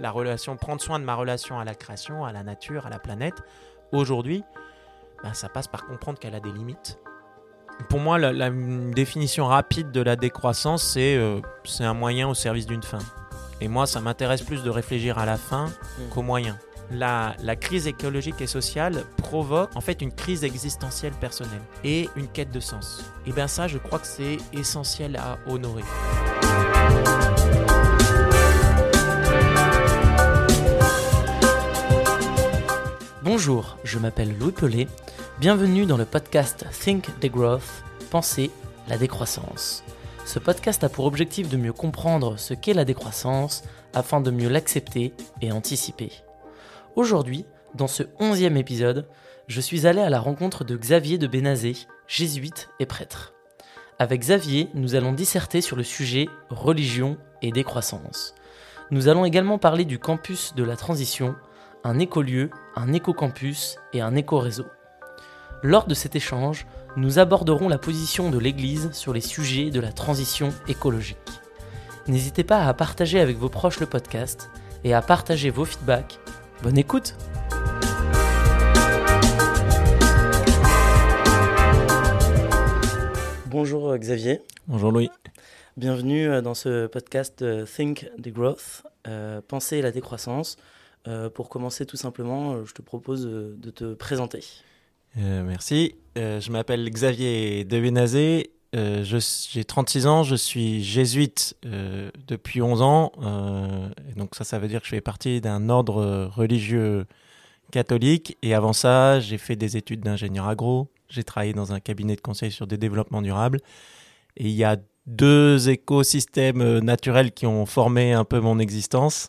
la relation, prendre soin de ma relation à la création, à la nature, à la planète, aujourd'hui, ça passe par comprendre qu'elle a des limites. Pour moi, la définition rapide de la décroissance, c'est un moyen au service d'une fin. Et moi, ça m'intéresse plus de réfléchir à la fin qu'au moyen. La crise écologique et sociale provoque en fait une crise existentielle personnelle et une quête de sens. Et bien ça, je crois que c'est essentiel à honorer. Bonjour, je m'appelle Louis Pellet. Bienvenue dans le podcast Think Degrowth, Penser la décroissance. Ce podcast a pour objectif de mieux comprendre ce qu'est la décroissance afin de mieux l'accepter et anticiper. Aujourd'hui, dans ce 11e épisode, je suis allé à la rencontre de Xavier de Bénazet, jésuite et prêtre. Avec Xavier, nous allons disserter sur le sujet religion et décroissance. Nous allons également parler du campus de la transition, un écolieu, un éco-campus et un éco-réseau. Lors de cet échange, nous aborderons la position de l'Église sur les sujets de la transition écologique. N'hésitez pas à partager avec vos proches le podcast et à partager vos feedbacks. Bonne écoute! Bonjour Xavier. Bonjour Louis. Bienvenue dans ce podcast Think Degrowth, Penser la décroissance. Pour commencer tout simplement, je te propose de te présenter. Merci. Je m'appelle Xavier de Bénazet. J'ai 36 ans, je suis jésuite depuis 11 ans. Et donc ça veut dire que je fais partie d'un ordre religieux catholique. Et avant ça, j'ai fait des études d'ingénieur agro. J'ai travaillé dans un cabinet de conseil sur des développements durables. Et il y a 2 écosystèmes naturels qui ont formé un peu mon existence.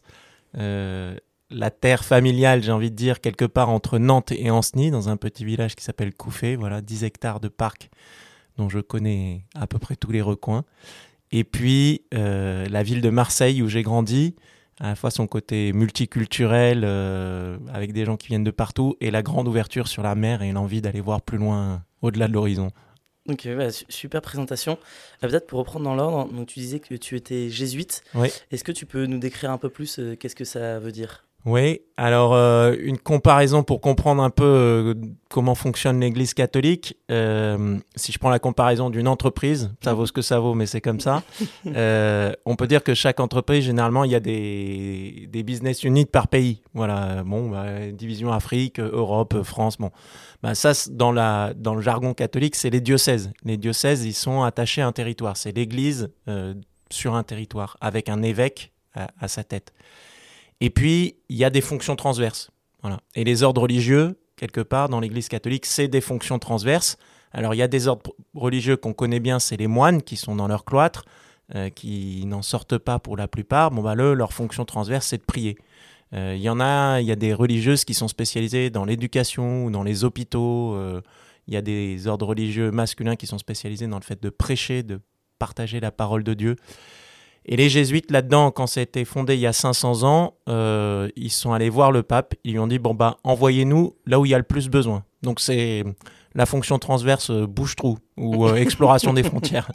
La terre familiale, j'ai envie de dire, quelque part entre Nantes et Ancenis, dans un petit village qui s'appelle Couffé. Voilà, 10 hectares de parc dont je connais à peu près tous les recoins. Et puis, la ville de Marseille où j'ai grandi, à la fois son côté multiculturel, avec des gens qui viennent de partout, et la grande ouverture sur la mer et l'envie d'aller voir plus loin, au-delà de l'horizon. Ok, super présentation. Peut-être pour reprendre dans l'ordre, donc tu disais que tu étais jésuite. Oui. Est-ce que tu peux nous décrire un peu plus qu'est-ce que ça veut dire ? Oui, alors une comparaison pour comprendre un peu comment fonctionne l'Église catholique. Si je prends la comparaison d'une entreprise, ça vaut ce que ça vaut, mais c'est comme ça. On peut dire que chaque entreprise, généralement, il y a des business units par pays. Voilà, division Afrique, Europe, France. Ça, dans le jargon catholique, c'est les diocèses. Les diocèses, ils sont attachés à un territoire. C'est l'Église sur un territoire, avec un évêque à sa tête. Et puis, il y a des fonctions transverses. Voilà. Et les ordres religieux, quelque part, dans l'Église catholique, c'est des fonctions transverses. Alors, il y a des ordres religieux qu'on connaît bien, c'est les moines qui sont dans leur cloître, qui n'en sortent pas pour la plupart. Leur fonction transverse, c'est de prier. Il y a des religieuses qui sont spécialisées dans l'éducation ou dans les hôpitaux. Il y a des ordres religieux masculins qui sont spécialisés dans le fait de prêcher, de partager la parole de Dieu. Et les jésuites, là-dedans, quand ça a été fondé il y a 500 ans, ils sont allés voir le pape. Ils lui ont dit, envoyez-nous là où il y a le plus besoin. Donc, c'est la fonction transverse bouche-trou ou exploration des frontières.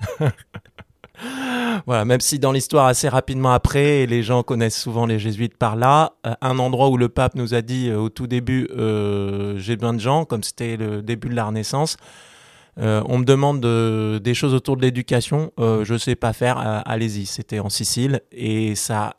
Voilà, même si dans l'histoire, assez rapidement après, les gens connaissent souvent les jésuites par là, un endroit où le pape nous a dit au tout début, j'ai besoin de gens, comme c'était le début de la Renaissance. On me demande des choses autour de l'éducation, je ne sais pas faire, allez-y. C'était en Sicile et ça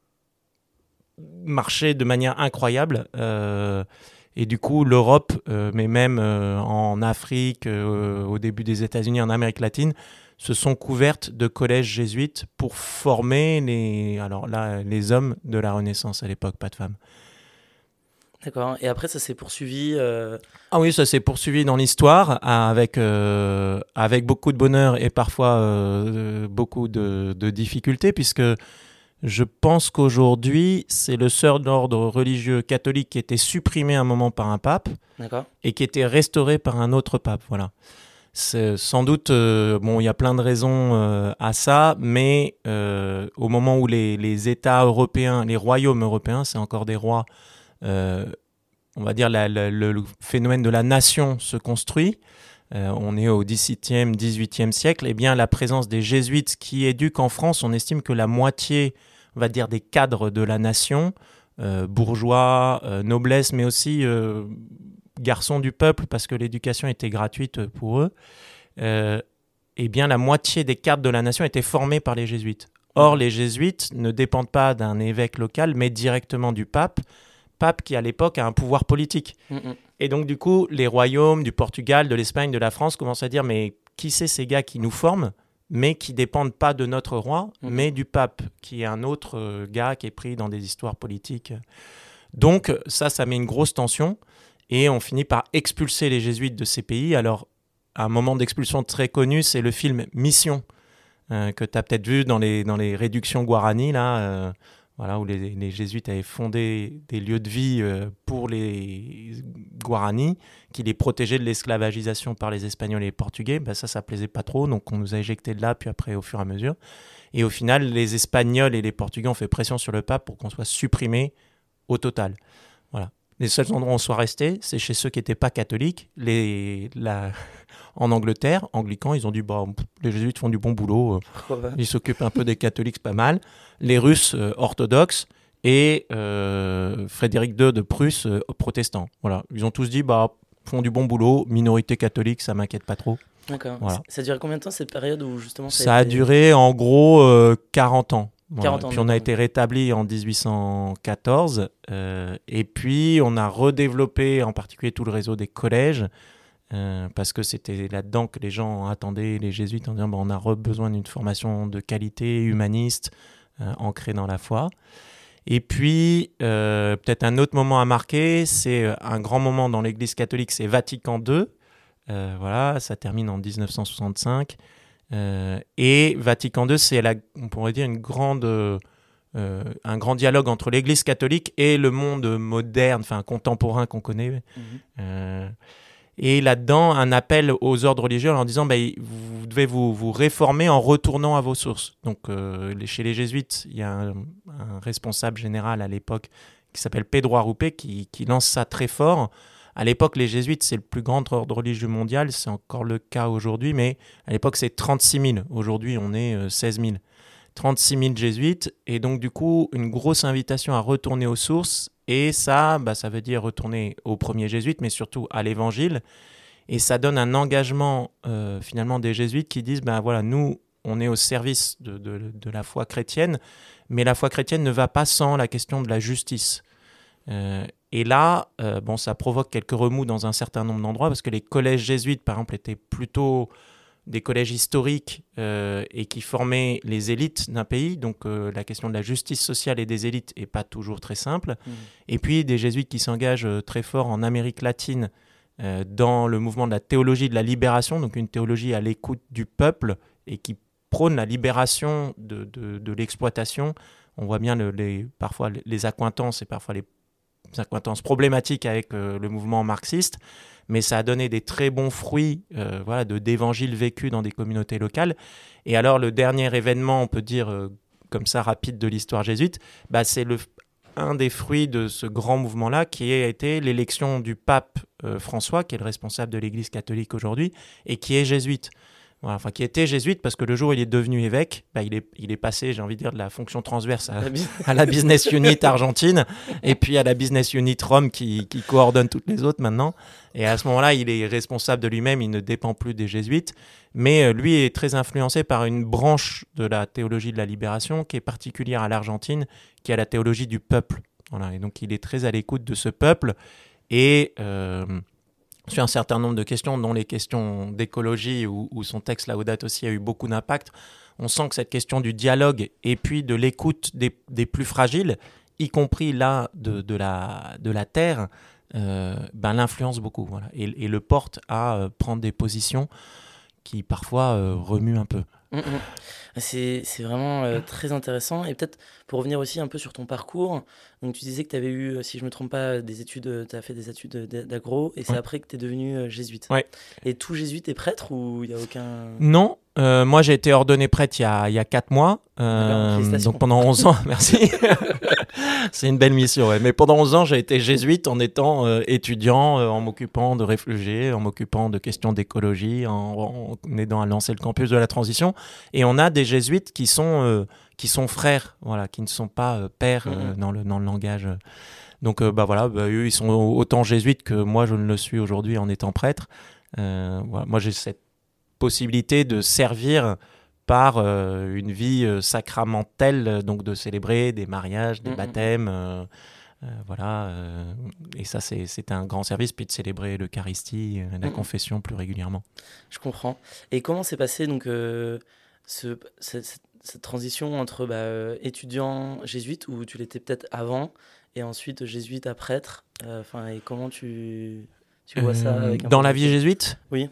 marchait de manière incroyable. Et du coup, l'Europe, mais même en Afrique, au début des États-Unis, en Amérique latine, se sont couvertes de collèges jésuites pour former les hommes de la Renaissance à l'époque, pas de femmes. D'accord, et après ça s'est poursuivi Ah oui, ça s'est poursuivi dans l'histoire avec beaucoup de bonheur et parfois beaucoup de difficultés, puisque je pense qu'aujourd'hui, c'est le seul ordre religieux catholique qui était supprimé à un moment par un pape. D'accord. Et qui était restauré par un autre pape, voilà. C'est, sans doute, il y a plein de raisons à ça, mais au moment où les États européens, les royaumes européens, c'est encore des rois, on va dire le phénomène de la nation se construit, on est au XVIIe, XVIIIe siècle, et bien la présence des jésuites qui éduquent en France, on estime que la moitié, on va dire, des cadres de la nation bourgeois, noblesse, mais aussi garçons du peuple, parce que l'éducation était gratuite pour eux, eh bien la moitié des cadres de la nation étaient formés par les jésuites. Or, les jésuites ne dépendent pas d'un évêque local, mais directement du pape qui à l'époque a un pouvoir politique. Et donc du coup, les royaumes du Portugal, de l'Espagne, de la France commencent à dire mais qui c'est ces gars qui nous forment, mais qui dépendent pas de notre roi, mais du pape, qui est un autre gars qui est pris dans des histoires politiques. Donc ça met une grosse tension, et on finit par expulser les jésuites de ces pays. Alors, un moment d'expulsion très connu, c'est le film Mission, que tu as peut-être vu dans les réductions Guarani, là, voilà, où les jésuites avaient fondé des lieux de vie pour les Guarani, qui les protégeaient de l'esclavagisation par les Espagnols et les Portugais. Ben ça plaisait pas trop, donc on nous a éjectés de là, puis après au fur et à mesure. Et au final, les Espagnols et les Portugais ont fait pression sur le pape pour qu'on soit supprimés au total. Voilà. Les seuls endroits où on soit restés, c'est chez ceux qui n'étaient pas catholiques. En Angleterre, anglicans, ils ont dit les jésuites font du bon boulot, ils s'occupent un peu des catholiques, c'est pas mal. Les Russes orthodoxes et Frédéric II de Prusse protestants. Voilà. Ils ont tous dit font du bon boulot, minorité catholique, ça m'inquiète pas trop. D'accord. Voilà. Ça a duré combien de temps cette période où justement ça a duré en gros 40 ans. Voilà. 40 ans. Puis on a été rétabli en 1814 et puis on a redéveloppé en particulier tout le réseau des collèges parce que c'était là-dedans que les gens attendaient les jésuites en disant on a besoin d'une formation de qualité humaniste ancrée dans la foi. Et puis peut-être un autre moment à marquer, c'est un grand moment dans l'Église catholique, c'est Vatican II. Voilà, ça termine en 1965. Et Vatican II, c'est on pourrait dire un grand dialogue entre l'Église catholique et le monde moderne, enfin contemporain qu'on connaît. Et là-dedans, un appel aux ordres religieux en disant vous devez vous réformer en retournant à vos sources. Donc chez les jésuites, il y a un responsable général à l'époque qui s'appelle Pedro Arrupe qui lance ça très fort. À l'époque, les jésuites, c'est le plus grand ordre religieux mondial, c'est encore le cas aujourd'hui, mais à l'époque, c'est 36 000. Aujourd'hui, on est 16 000. 36 000 jésuites, et donc du coup, une grosse invitation à retourner aux sources, et ça veut dire retourner aux premiers jésuites, mais surtout à l'évangile, et ça donne un engagement finalement des jésuites qui disent, nous, on est au service de la foi chrétienne, mais la foi chrétienne ne va pas sans la question de la justice. Et là, ça provoque quelques remous dans un certain nombre d'endroits parce que les collèges jésuites, par exemple, étaient plutôt des collèges historiques et qui formaient les élites d'un pays. Donc, la question de la justice sociale et des élites n'est pas toujours très simple. Et puis, des jésuites qui s'engagent très fort en Amérique latine dans le mouvement de la théologie de la libération, donc une théologie à l'écoute du peuple et qui prône la libération de l'exploitation. On voit bien parfois les accointances et parfois les accointances problématiques avec le mouvement marxiste, mais ça a donné des très bons fruits d'évangiles vécus dans des communautés locales. Et alors le dernier événement, on peut dire comme ça rapide de l'histoire jésuite, c'est un des fruits de ce grand mouvement-là qui a été l'élection du pape François, qui est le responsable de l'Église catholique aujourd'hui, et qui est jésuite. Voilà, qui était jésuite parce que le jour où il est devenu évêque, il est passé, j'ai envie de dire, de la fonction transverse à la business unit Argentine et puis à la business unit Rome qui coordonne toutes les autres maintenant. Et à ce moment-là, il est responsable de lui-même, il ne dépend plus des jésuites, mais lui est très influencé par une branche de la théologie de la libération qui est particulière à l'Argentine, qui est la théologie du peuple. Voilà, et donc il est très à l'écoute de ce peuple et sur un certain nombre de questions, dont les questions d'écologie, où son texte Laudato Si a eu beaucoup d'impact. On sent que cette question du dialogue et puis de l'écoute des plus fragiles, y compris là de la terre, l'influence beaucoup. Voilà, et le porte à prendre des positions qui parfois remuent un peu. C'est vraiment très intéressant. Et peut-être pour revenir aussi un peu sur ton parcours, donc tu disais que tu avais eu, si je ne me trompe pas, tu as fait des études d'agro et c'est après que tu es devenu jésuite. Ouais. Et tout jésuite est prêtre ou il n'y a aucun... Non, Moi, j'ai été ordonné prêtre il y a 4 mois. Donc pendant 11 ans, merci. C'est une belle mission, ouais. Mais pendant 11 ans, j'ai été jésuite en étant étudiant, en m'occupant de réfugiés, en m'occupant de questions d'écologie, en aidant à lancer le campus de la transition. Et on a des jésuites qui sont frères, voilà, qui ne sont pas pères dans le langage. Donc voilà, eux, ils sont autant jésuites que moi, je ne le suis aujourd'hui en étant prêtre. Voilà. Moi, j'ai cette possibilité de servir par une vie sacramentelle, donc de célébrer des mariages, des baptêmes, voilà. Et ça, c'est un grand service, puis de célébrer l'Eucharistie, la confession plus régulièrement. Je comprends. Et comment s'est passé donc cette transition entre étudiant jésuite, où tu l'étais peut-être avant, et ensuite jésuite à prêtre, et comment tu vois ça avec dans la vie jésuite? Oui.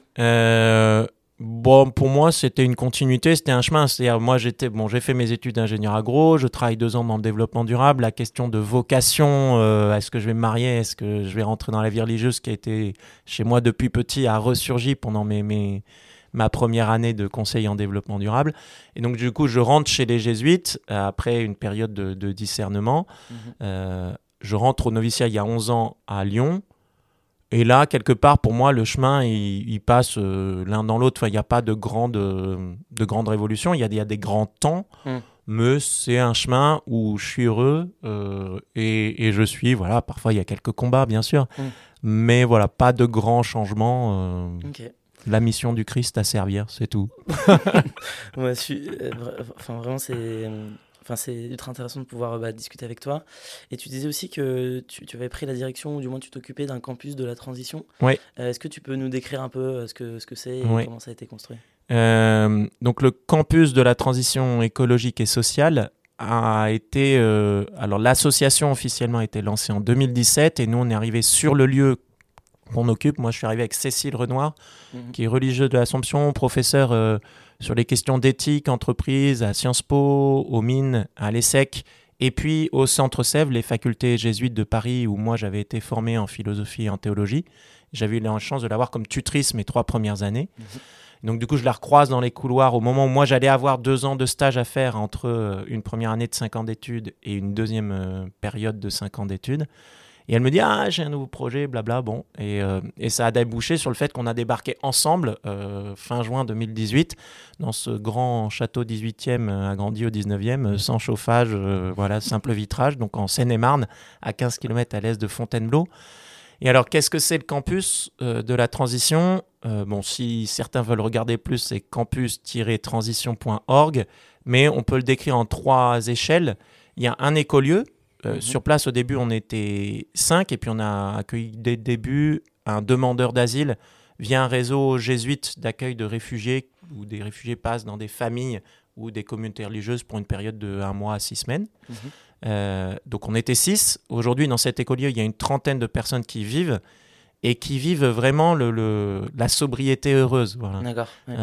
Bon, pour moi, c'était une continuité, c'était un chemin. C'est-à-dire, moi, j'ai fait mes études d'ingénieur agro, je travaille 2 ans dans le développement durable. La question de vocation, est-ce que je vais me marier, est-ce que je vais rentrer dans la vie religieuse, qui a été chez moi depuis petit, a ressurgi pendant ma première année de conseil en développement durable. Et donc, du coup, je rentre chez les jésuites après une période de discernement. Je rentre au noviciat il y a 11 ans à Lyon. Et là, quelque part, pour moi, le chemin, il passe l'un dans l'autre. Enfin, il n'y a pas de grande révolution. Il y a des grands temps, mais c'est un chemin où je suis heureux et je suis, voilà, parfois il y a quelques combats, bien sûr, mais voilà, pas de grands changements. La mission du Christ à servir, c'est tout. Ouais, vraiment, c'est ultra intéressant de pouvoir discuter avec toi. Et tu disais aussi que tu avais pris la direction, ou du moins tu t'occupais d'un campus de la transition. Oui. Est-ce que tu peux nous décrire un peu ce que c'est et comment ça a été construit ? Donc le campus de la transition écologique et sociale a été... alors l'association officiellement a été lancée en 2017 et nous on est arrivé sur le lieu qu'on occupe. Moi je suis arrivé avec Cécile Renoir, qui est religieuse de l'Assomption, professeure... sur les questions d'éthique, entreprise, à Sciences Po, aux mines, à l'ESSEC, et puis au Centre Sèvres, les facultés jésuites de Paris, où moi j'avais été formé en philosophie et en théologie. J'avais eu la chance de l'avoir comme tutrice mes 3 premières années. Donc du coup, je la recroise dans les couloirs au moment où moi j'allais avoir 2 ans de stage à faire entre une première année de 5 ans d'études et une deuxième période de 5 ans d'études. Et elle me dit « Ah, j'ai un nouveau projet, blabla. » Bon, et ça a débouché sur le fait qu'on a débarqué ensemble fin juin 2018 dans ce grand château 18e agrandi au 19e, sans chauffage, voilà, simple vitrage, donc en Seine-et-Marne, à 15 km à l'est de Fontainebleau. Et alors, qu'est-ce que c'est le campus de la transition ? Bon, si certains veulent regarder plus, c'est campus-transition.org, mais on peut le décrire en 3 échelles. Il y a un écolieu. Sur place, au début, on était 5 et puis on a accueilli dès le début un demandeur d'asile via un réseau jésuite d'accueil de réfugiés où des réfugiés passent dans des familles ou des communautés religieuses pour une période de 1 mois à 6 semaines. Donc on était 6. Aujourd'hui, dans cet écolieu, il y a une 30aine de personnes qui vivent et qui vivent vraiment la sobriété heureuse. Voilà. D'accord. Ouais.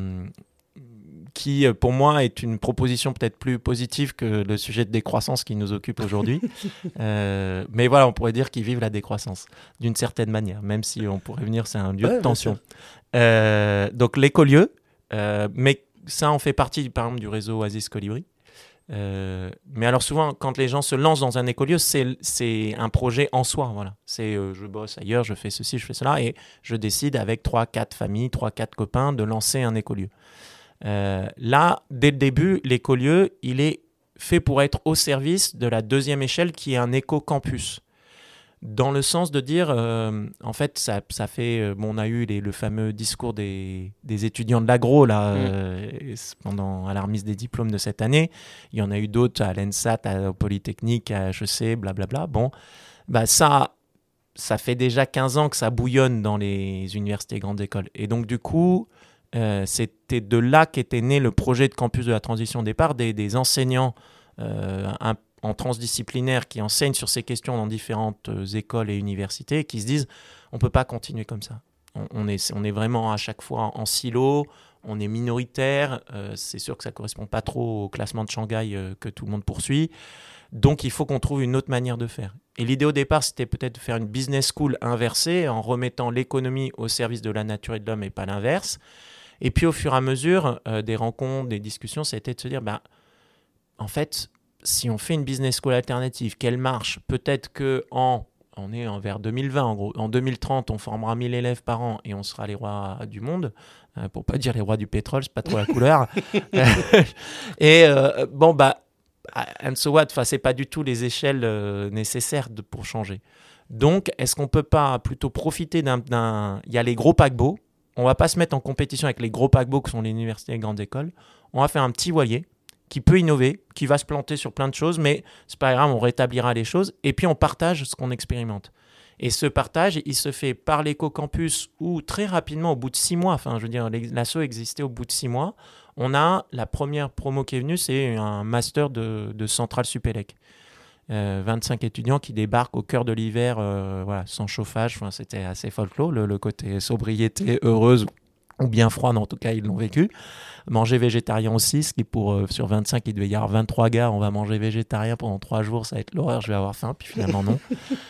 Qui, pour moi, est une proposition peut-être plus positive que le sujet de décroissance qui nous occupe aujourd'hui. Mais voilà, on pourrait dire qu'ils vivent la décroissance, d'une certaine manière, même si on pourrait venir, c'est un lieu de tension. Donc l'écolieu, mais ça en fait partie, par exemple, du réseau Oasis Colibri. Mais alors souvent, quand les gens se lancent dans un écolieu, c'est un projet en soi. Voilà. C'est je bosse ailleurs, je fais ceci, je fais cela, et je décide avec 3-4 familles, 3-4 copains de lancer un écolieu. Là, dès le début, l'écolieu, il est fait pour être au service de la 2e échelle qui est un éco-campus. Dans le sens de dire, en fait, ça fait... on a eu le fameux discours des étudiants de l'agro là, à la remise des diplômes de cette année. Il y en a eu d'autres à l'ENSAT, au Polytechnique, à HEC, blablabla. Bon, ça fait déjà 15 ans que ça bouillonne dans les universités et grandes écoles. Et donc, du coup... c'était de là qu'était né le projet de campus de la transition au départ, des enseignants en transdisciplinaire qui enseignent sur ces questions dans différentes écoles et universités et qui se disent on ne peut pas continuer comme ça. On est vraiment à chaque fois en silo, on est minoritaire, c'est sûr que ça ne correspond pas trop au classement de Shanghai que tout le monde poursuit. Donc, il faut qu'on trouve une autre manière de faire. Et l'idée au départ, c'était peut-être de faire une business school inversée en remettant l'économie au service de la nature et de l'homme et pas l'inverse. Et puis au fur et à mesure des rencontres, des discussions, ça a été de se dire, en fait, si on fait une business school alternative, qu'elle marche, peut-être on est vers 2020 en gros, en 2030 on formera 1000 élèves par an et on sera les rois du monde, pour pas dire les rois du pétrole, c'est pas trop la couleur. Et and so what, c'est pas du tout les échelles nécessaires pour changer. Donc est-ce qu'on peut pas plutôt profiter il y a les gros paquebots, on va pas se mettre en compétition avec les gros paquebots que sont les universités et les grandes écoles, on va faire un petit voilier qui peut innover, qui va se planter sur plein de choses, mais c'est pas grave, on rétablira les choses, et puis on partage ce qu'on expérimente. Et ce partage, il se fait par l'éco-campus, où très rapidement, au bout de 6 mois, l'asso existait au bout de 6 mois, on a la première promo qui est venue, c'est un master de Centrale Supélec. 25 étudiants qui débarquent au cœur de l'hiver, sans chauffage, c'était assez folklore, le côté sobriété heureuse, ou bien froide, en tout cas, ils l'ont vécu. Manger végétarien aussi, ce qui sur 25, il devait y avoir 23 gars, on va manger végétarien pendant 3 jours, ça va être l'horreur, je vais avoir faim, puis finalement non.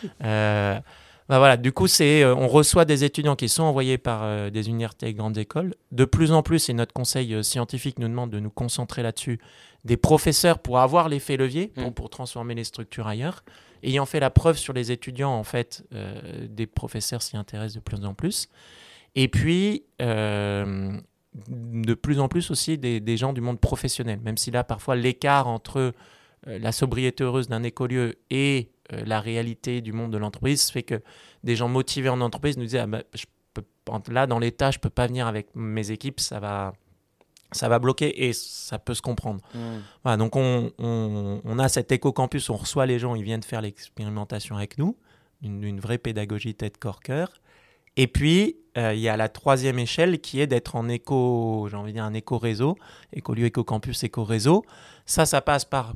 Du coup, on reçoit des étudiants qui sont envoyés par des universités et grandes écoles. De plus en plus, et notre conseil scientifique nous demande de nous concentrer là-dessus, des professeurs pour avoir l'effet levier, pour transformer les structures ailleurs. Ayant fait la preuve sur les étudiants, en fait, des professeurs s'y intéressent de plus en plus. Et puis, de plus en plus aussi des gens du monde professionnel, même si là, parfois, l'écart entre la sobriété heureuse d'un écolieu et la réalité du monde de l'entreprise fait que des gens motivés en entreprise nous disaient là, dans l'état, je ne peux pas venir avec mes équipes, ça va bloquer et ça peut se comprendre. Voilà, donc, on a cet éco-campus, on reçoit les gens, ils viennent faire l'expérimentation avec nous, une vraie pédagogie tête-corps-cœur. Et puis, il y a la troisième échelle qui est d'être en un éco-réseau, écolieu, éco-campus, éco-réseau. Ça passe par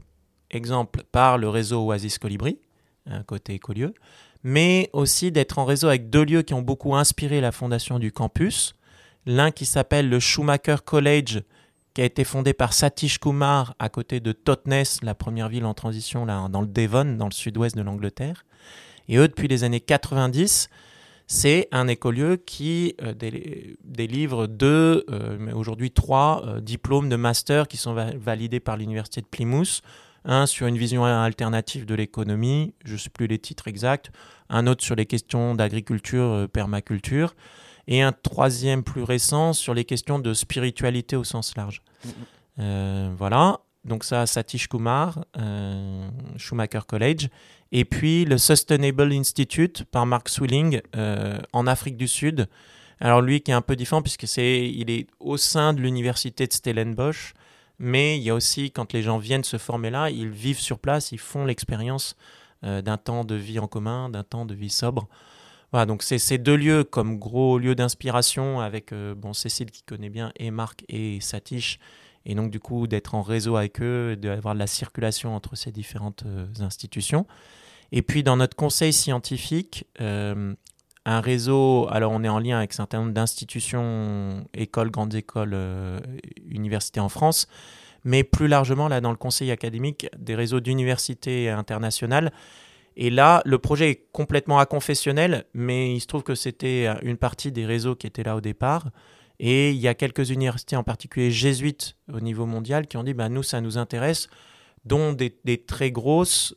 le réseau Oasis Colibri, côté écolieu, mais aussi d'être en réseau avec 2 lieux qui ont beaucoup inspiré la fondation du campus. L'un qui s'appelle le Schumacher College, qui a été fondé par Satish Kumar à côté de Totnes, la première ville en transition là, dans le Devon, dans le sud-ouest de l'Angleterre. Et eux, depuis les années 90, c'est un écolieu qui délivre 2, mais aujourd'hui 3 diplômes de master qui sont validés par l'université de Plymouth. Un sur une vision alternative de l'économie, je ne sais plus les titres exacts. Un autre sur les questions d'agriculture, permaculture. Et un 3e plus récent sur les questions de spiritualité au sens large. Voilà. Donc ça, Satish Kumar, Schumacher College. Et puis le Sustainable Institute par Mark Swilling en Afrique du Sud. Alors lui qui est un peu différent il est au sein de l'université de Stellenbosch, mais il y a aussi, quand les gens viennent se former là, ils vivent sur place, ils font l'expérience d'un temps de vie en commun, d'un temps de vie sobre. Voilà, donc c'est ces 2 lieux comme gros lieux d'inspiration avec Cécile qui connaît bien, et Marc et Satish. Et donc, du coup, d'être en réseau avec eux, d'avoir de la circulation entre ces différentes institutions. Et puis, dans notre conseil scientifique, un réseau, alors on est en lien avec un certain nombre d'institutions, écoles, grandes écoles, universités en France, mais plus largement, là, dans le conseil académique, des réseaux d'universités internationales. Et là, le projet est complètement aconfessionnel, mais il se trouve que c'était une partie des réseaux qui étaient là au départ. Et il y a quelques universités, en particulier jésuites au niveau mondial, qui ont dit nous, ça nous intéresse, dont des très grosses,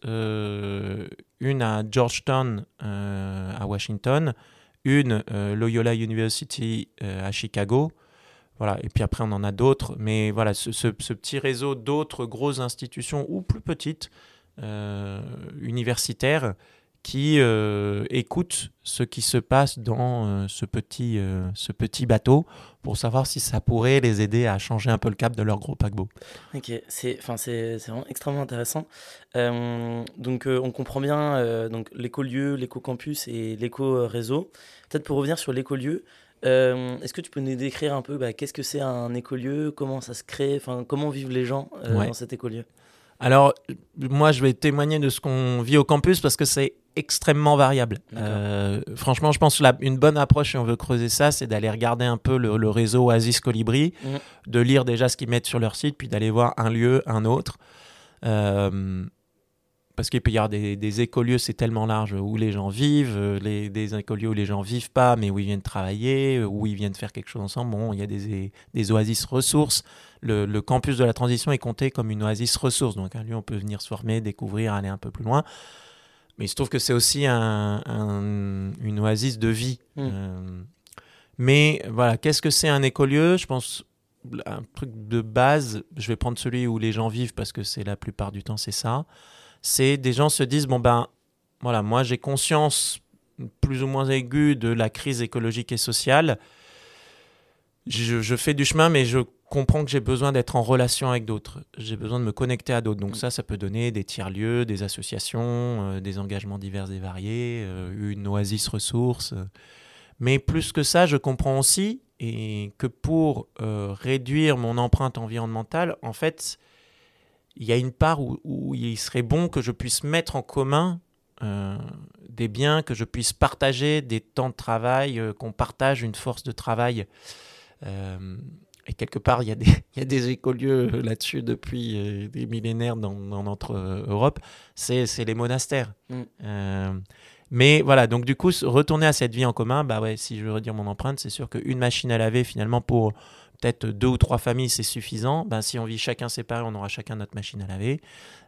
une à Georgetown, à Washington, une Loyola University à Chicago. Voilà. Et puis après, on en a d'autres. Mais voilà, ce petit réseau d'autres grosses institutions ou plus petites, universitaires, qui écoutent ce qui se passe dans ce petit bateau pour savoir si ça pourrait les aider à changer un peu le cap de leur gros paquebot. Ok, c'est vraiment extrêmement intéressant. Donc on comprend bien donc l'écolieu, l'éco-campus et l'éco-réseau. Peut-être pour revenir sur l'écolieu, est-ce que tu peux nous décrire un peu qu'est-ce que c'est un écolieu, comment ça se crée, comment vivent les gens dans cet écolieu? Alors, moi, je vais témoigner de ce qu'on vit au campus parce que c'est extrêmement variable. Franchement, je pense qu'une bonne approche, si on veut creuser ça, c'est d'aller regarder un peu le réseau Oasis Colibri, de lire déjà ce qu'ils mettent sur leur site, puis d'aller voir un lieu, un autre. parce qu'il peut y avoir des écolieux, c'est tellement large, où les gens vivent, des écolieux où les gens vivent pas, mais où ils viennent travailler, où ils viennent faire quelque chose ensemble. Bon, il y a des oasis ressources. Le campus de la transition est compté comme une oasis ressource. Donc, un lieu où on peut venir se former, découvrir, aller un peu plus loin. Mais il se trouve que c'est aussi une oasis de vie. Mais voilà, qu'est-ce que c'est un écolieu ? Je pense un truc de base, je vais prendre celui où les gens vivent parce que c'est la plupart du temps, c'est ça. C'est des gens se disent, bon ben, voilà, moi j'ai conscience plus ou moins aiguë de la crise écologique et sociale. Je fais du chemin, mais je comprends que j'ai besoin d'être en relation avec d'autres. J'ai besoin de me connecter à d'autres. Donc ça peut donner des tiers-lieux, des associations, des engagements divers et variés, une oasis ressources. Mais plus que ça, je comprends aussi et que pour réduire mon empreinte environnementale, en fait, il y a une part où il serait bon que je puisse mettre en commun des biens, que je puisse partager des temps de travail, qu'on partage une force de travail. Et quelque part, il y a des écolieux là-dessus depuis des millénaires dans notre Europe. C'est les monastères. Mais voilà, donc du coup, retourner à cette vie en commun, bah ouais, si je veux réduire mon empreinte, c'est sûr qu'une machine à laver, finalement, pour peut-être 2 ou 3 familles, c'est suffisant. Bah, si on vit chacun séparé, on aura chacun notre machine à laver.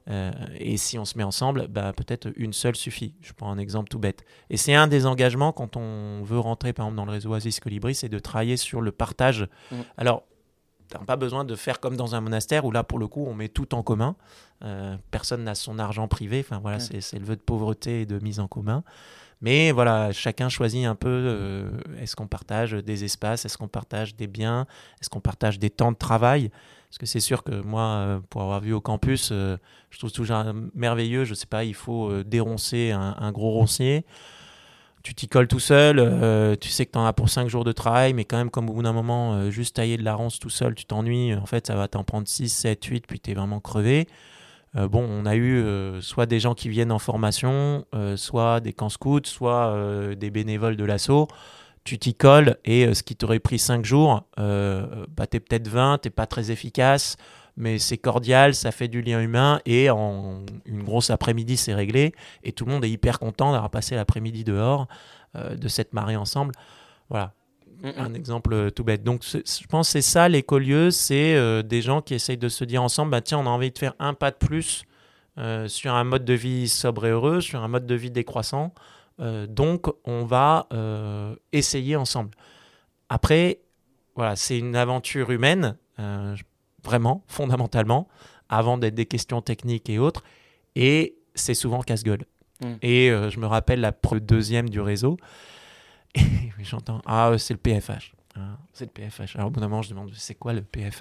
Et si on se met ensemble, bah, peut-être une seule suffit. Je prends un exemple tout bête. Et c'est un des engagements quand on veut rentrer, par exemple, dans le réseau Oasis Colibri, c'est de travailler sur le partage. Alors, tu n'as pas besoin de faire comme dans un monastère où là, pour le coup, on met tout en commun. Personne n'a son argent privé. Enfin, voilà, c'est le vœu de pauvreté et de mise en commun. Mais voilà, chacun choisit un peu, est-ce qu'on partage des espaces, est-ce qu'on partage des biens, est-ce qu'on partage des temps de travail ? Parce que c'est sûr que moi, pour avoir vu au campus, je trouve toujours merveilleux, je ne sais pas, il faut déroncer un gros roncier. Tu t'y colles tout seul, tu sais que tu en as pour 5 jours de travail, mais quand même, comme au bout d'un moment, juste tailler de la ronce tout seul, tu t'ennuies. En fait, ça va t'en prendre 6, 7, 8, puis tu es vraiment crevé. Bon, on a eu soit des gens qui viennent en formation, soit des camps scouts, soit des bénévoles de l'assaut. Tu t'y colles et ce qui t'aurait pris 5 jours, bah, t'es peut-être 20, t'es pas très efficace, mais c'est cordial, ça fait du lien humain et en une grosse après-midi, c'est réglé et tout le monde est hyper content d'avoir passé l'après-midi dehors, de s'être marré ensemble. Voilà. Un exemple tout bête. Donc, je pense que c'est ça, l'écolieu, c'est des gens qui essayent de se dire ensemble, bah, tiens, on a envie de faire un pas de plus sur un mode de vie sobre et heureux, sur un mode de vie décroissant. Donc, on va essayer ensemble. Après, voilà, c'est une aventure humaine, vraiment, fondamentalement, avant d'être des questions techniques et autres. Et c'est souvent casse-gueule. Et je me rappelle le deuxième du réseau. Et j'entends, c'est le PFH. C'est le PFH. Alors au bout d'un moment, je demande, c'est quoi le PFH ?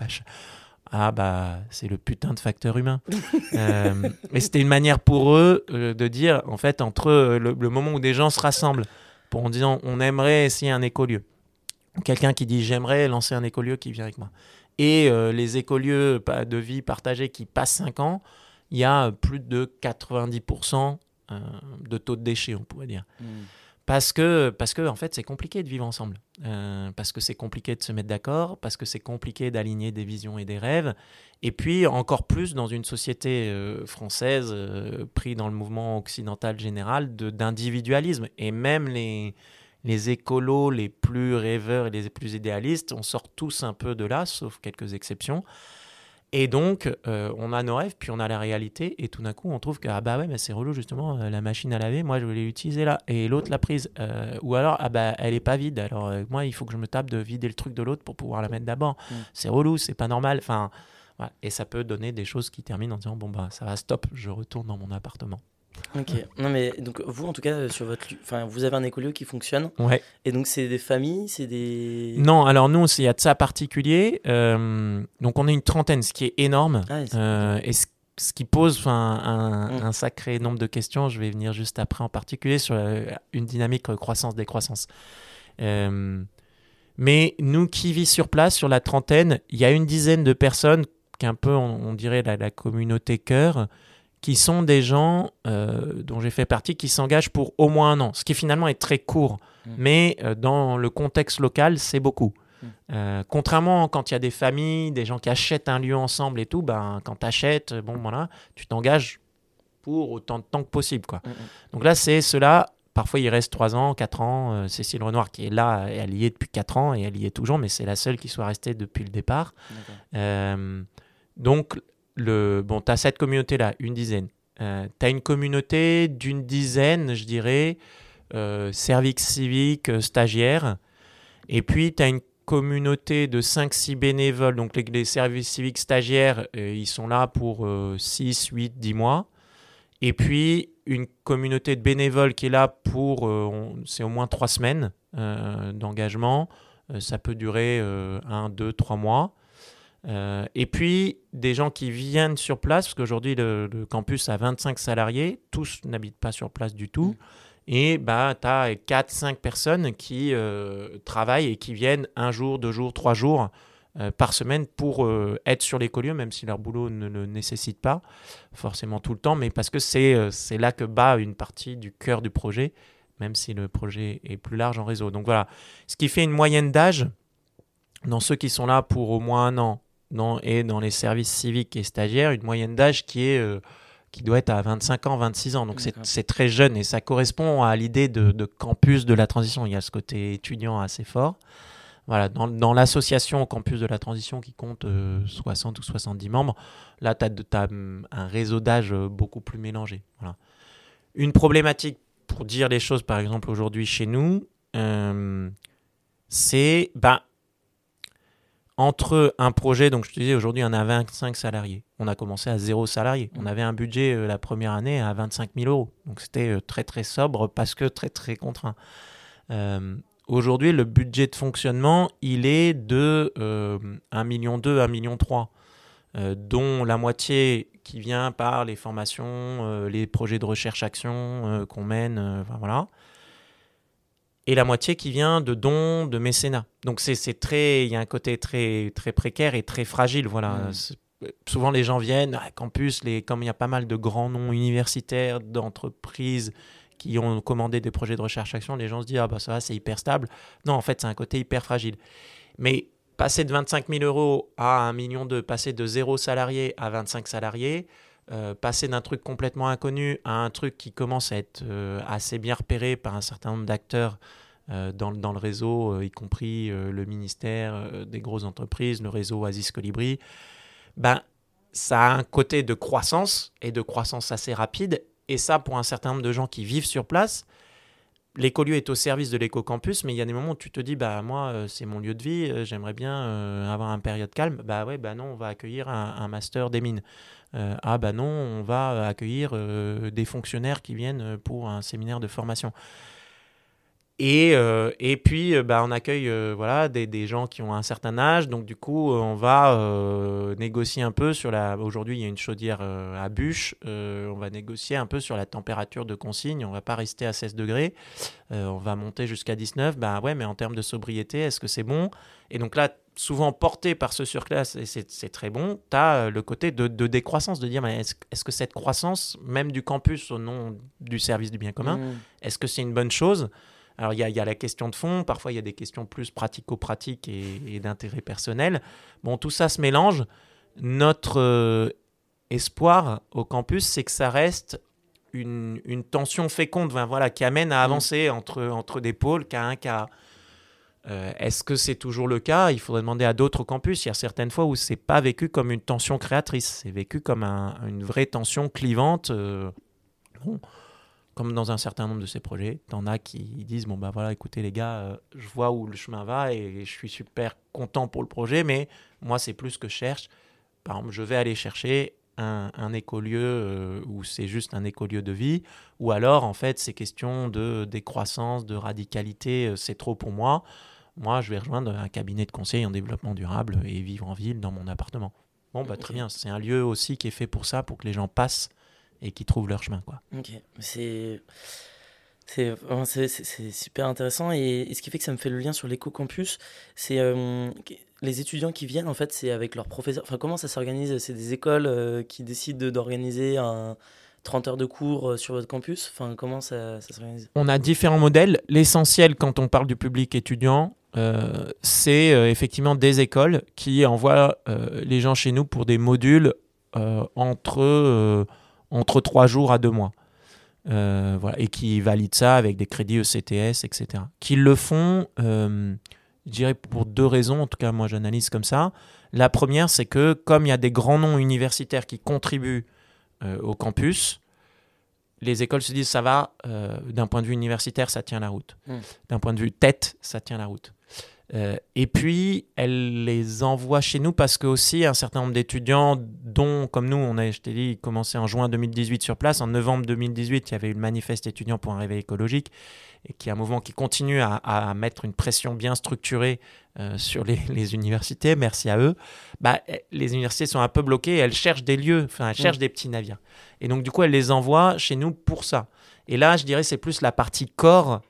Bah, c'est le putain de facteur humain. Mais c'était une manière pour eux de dire, en fait, entre le moment où des gens se rassemblent en disant, on aimerait essayer un écolieu. Quelqu'un qui dit, j'aimerais lancer un écolieu qui vient avec moi. Et les écolieux de vie partagés qui passent 5 ans, il y a plus de 90% de taux de déchets, on pourrait dire. Parce que en fait, c'est compliqué de vivre ensemble. Parce que c'est compliqué de se mettre d'accord, parce que c'est compliqué d'aligner des visions et des rêves. Et puis, encore plus dans une société française prise dans le mouvement occidental général d'individualisme. Et même les écolos les plus rêveurs et les plus idéalistes, on sort tous un peu de là, sauf quelques exceptions. Et donc, on a nos rêves, puis on a la réalité, et tout d'un coup, on trouve que mais c'est relou justement, la machine à laver, moi je voulais l'utiliser là, et l'autre l'a prise. Ou alors, elle est pas vide, alors moi il faut que je me tape de vider le truc de l'autre pour pouvoir la mettre d'abord. C'est relou, c'est pas normal. Enfin, voilà. Et ça peut donner des choses qui terminent en disant, ça va, stop, je retourne dans mon appartement. Ok, non mais donc vous en tout cas sur votre, vous avez un écolieu qui fonctionne. Ouais. Et donc c'est des familles, c'est des. Non, alors nous il y a de ça particulier. Donc on est une trentaine, ce qui est énorme. Et ce qui pose un sacré nombre de questions. Je vais venir juste après, en particulier sur une dynamique croissance-décroissance. Mais nous qui vivons sur place, sur la trentaine, il y a une dizaine de personnes qui est un peu, on dirait la communauté cœur, qui sont des gens dont j'ai fait partie, qui s'engagent pour au moins 1 an, ce qui finalement est très court, mais dans le contexte local, c'est beaucoup. Contrairement quand il y a des familles, des gens qui achètent un lieu ensemble et tout, quand tu achètes, tu t'engages pour autant de temps que possible, quoi. Donc là, c'est ceux-là. Parfois, il reste 3 ans, 4 ans. Cécile Renoir, qui est là, elle y est depuis 4 ans et elle y est toujours, mais c'est la seule qui soit restée depuis le départ. Donc, tu as cette communauté-là, une dizaine. Tu as une communauté d'une dizaine, je dirais, service civique, stagiaires. Et puis, tu as une communauté de 5-6 bénévoles. Donc, les services civiques stagiaires, ils sont là pour 6, 8, 10 mois. Et puis, une communauté de bénévoles qui est là pour, c'est au moins 3 semaines d'engagement. Ça peut durer 1, 2, 3 mois. Et puis, des gens qui viennent sur place, parce qu'aujourd'hui, le campus a 25 salariés. Tous n'habitent pas sur place du tout. Et tu as 4-5 personnes qui travaillent et qui viennent 1 jour, 2 jours, 3 jours par semaine pour être sur l'écolieu, même si leur boulot ne le nécessite pas forcément tout le temps, mais parce que c'est là que bat une partie du cœur du projet, même si le projet est plus large en réseau. Donc voilà, ce qui fait une moyenne d'âge dans ceux qui sont là pour au moins 1 an et dans les services civiques et stagiaires, une moyenne d'âge qui doit être à 25 ans, 26 ans. Donc c'est très jeune et ça correspond à l'idée de campus de la transition. Il y a ce côté étudiant assez fort. Voilà, dans l'association Campus de la Transition qui compte 60 ou 70 membres, là, tu as un réseau d'âge beaucoup plus mélangé. Voilà. Une problématique, pour dire les choses, par exemple, aujourd'hui chez nous, c'est entre un projet, donc je te disais, aujourd'hui, on a 25 salariés. On a commencé à 0 salariés. On avait un budget la première année à 25 000 euros. Donc, c'était très, très sobre parce que très, très contraint. Aujourd'hui, le budget de fonctionnement, il est de 1,2 million, 1,3 million, dont la moitié qui vient par les formations, les projets de recherche-action qu'on mène, voilà. Et la moitié qui vient de dons, de mécénat. Donc, il y a un côté très, très précaire et très fragile. Voilà. Souvent, les gens viennent à campus, comme il y a pas mal de grands noms universitaires, d'entreprises qui ont commandé des projets de recherche-action, les gens se disent « Ah bah ça va, c'est hyper stable ». Non, en fait, c'est un côté hyper fragile. Mais passer de 25 000 euros à 1,2 million, passer de 0 salarié à 25 salariés, passer d'un truc complètement inconnu à un truc qui commence à être assez bien repéré par un certain nombre d'acteurs dans le réseau, y compris le ministère des grosses entreprises, le réseau Oasis Colibri, ça a un côté de croissance et de croissance assez rapide. Et ça, pour un certain nombre de gens qui vivent sur place, l'écolieu est au service de l'éco-campus, mais il y a des moments où tu te dis, moi, c'est mon lieu de vie, j'aimerais bien avoir une période calme. Non, on va accueillir un master des mines. Non, on va accueillir des fonctionnaires qui viennent pour un séminaire de formation. Et puis, on accueille des gens qui ont un certain âge. Donc, du coup, on va négocier un peu sur Aujourd'hui, il y a une chaudière à bûche. On va négocier un peu sur la température de consigne. On ne va pas rester à 16 degrés. On va monter jusqu'à 19. Mais en termes de sobriété, est-ce que c'est bon ? Et donc là, souvent porté par ce surclasse, et c'est très bon, tu as le côté de décroissance, de dire est-ce que cette croissance, même du campus au nom du service du bien commun, est-ce que c'est une bonne chose ? Alors, il y a la question de fond, parfois il y a des questions plus pratico-pratiques et d'intérêt personnel. Bon, tout ça se mélange. Notre espoir au campus, c'est que ça reste une tension féconde, qui amène à avancer entre des pôles, K1, K. Est-ce que c'est toujours le cas ? Il faudrait demander à d'autres campus. Il y a certaines fois où ce n'est pas vécu comme une tension créatrice, c'est vécu comme une vraie tension clivante. Comme dans un certain nombre de ces projets, t'en as qui disent écoutez les gars, je vois où le chemin va et je suis super content pour le projet, mais moi c'est plus ce que je cherche. Par exemple, je vais aller chercher un écolieu où c'est juste un écolieu de vie, ou alors en fait c'est question de décroissance, de radicalité, c'est trop pour moi. Moi je vais rejoindre un cabinet de conseil en développement durable et vivre en ville dans mon appartement. Très bien, c'est un lieu aussi qui est fait pour ça, pour que les gens passent et qui trouvent leur chemin, quoi. Ok, c'est super intéressant, et ce qui fait que ça me fait le lien sur l'éco-campus, c'est les étudiants qui viennent, en fait, c'est avec leurs professeurs. Enfin, comment ça s'organise ? C'est des écoles qui décident d'organiser 30 heures de cours sur votre campus ? Enfin, comment ça s'organise ? On a différents modèles. L'essentiel, quand on parle du public étudiant, c'est effectivement des écoles qui envoient les gens chez nous pour des modules entre entre 3 jours à 2 mois. Voilà, et qui valident ça avec des crédits ECTS, etc. Qui le font, je dirais, pour 2 raisons, en tout cas moi j'analyse comme ça. La première, c'est que comme il y a des grands noms universitaires qui contribuent au campus, les écoles se disent ça va, d'un point de vue universitaire, ça tient la route. D'un point de vue tête, ça tient la route. Et puis, elles les envoient chez nous parce que aussi un certain nombre d'étudiants, dont, comme nous, on a, je t'ai dit, commencé en juin 2018 sur place. En novembre 2018, il y avait eu le manifeste étudiant pour un réveil écologique, et qui est un mouvement qui continue à mettre une pression bien structurée sur les universités. Merci à eux. Les universités sont un peu bloquées, elles cherchent des lieux, elles cherchent des petits navires. Et donc, du coup, elles les envoient chez nous pour ça. Et là, je dirais, c'est plus la partie corps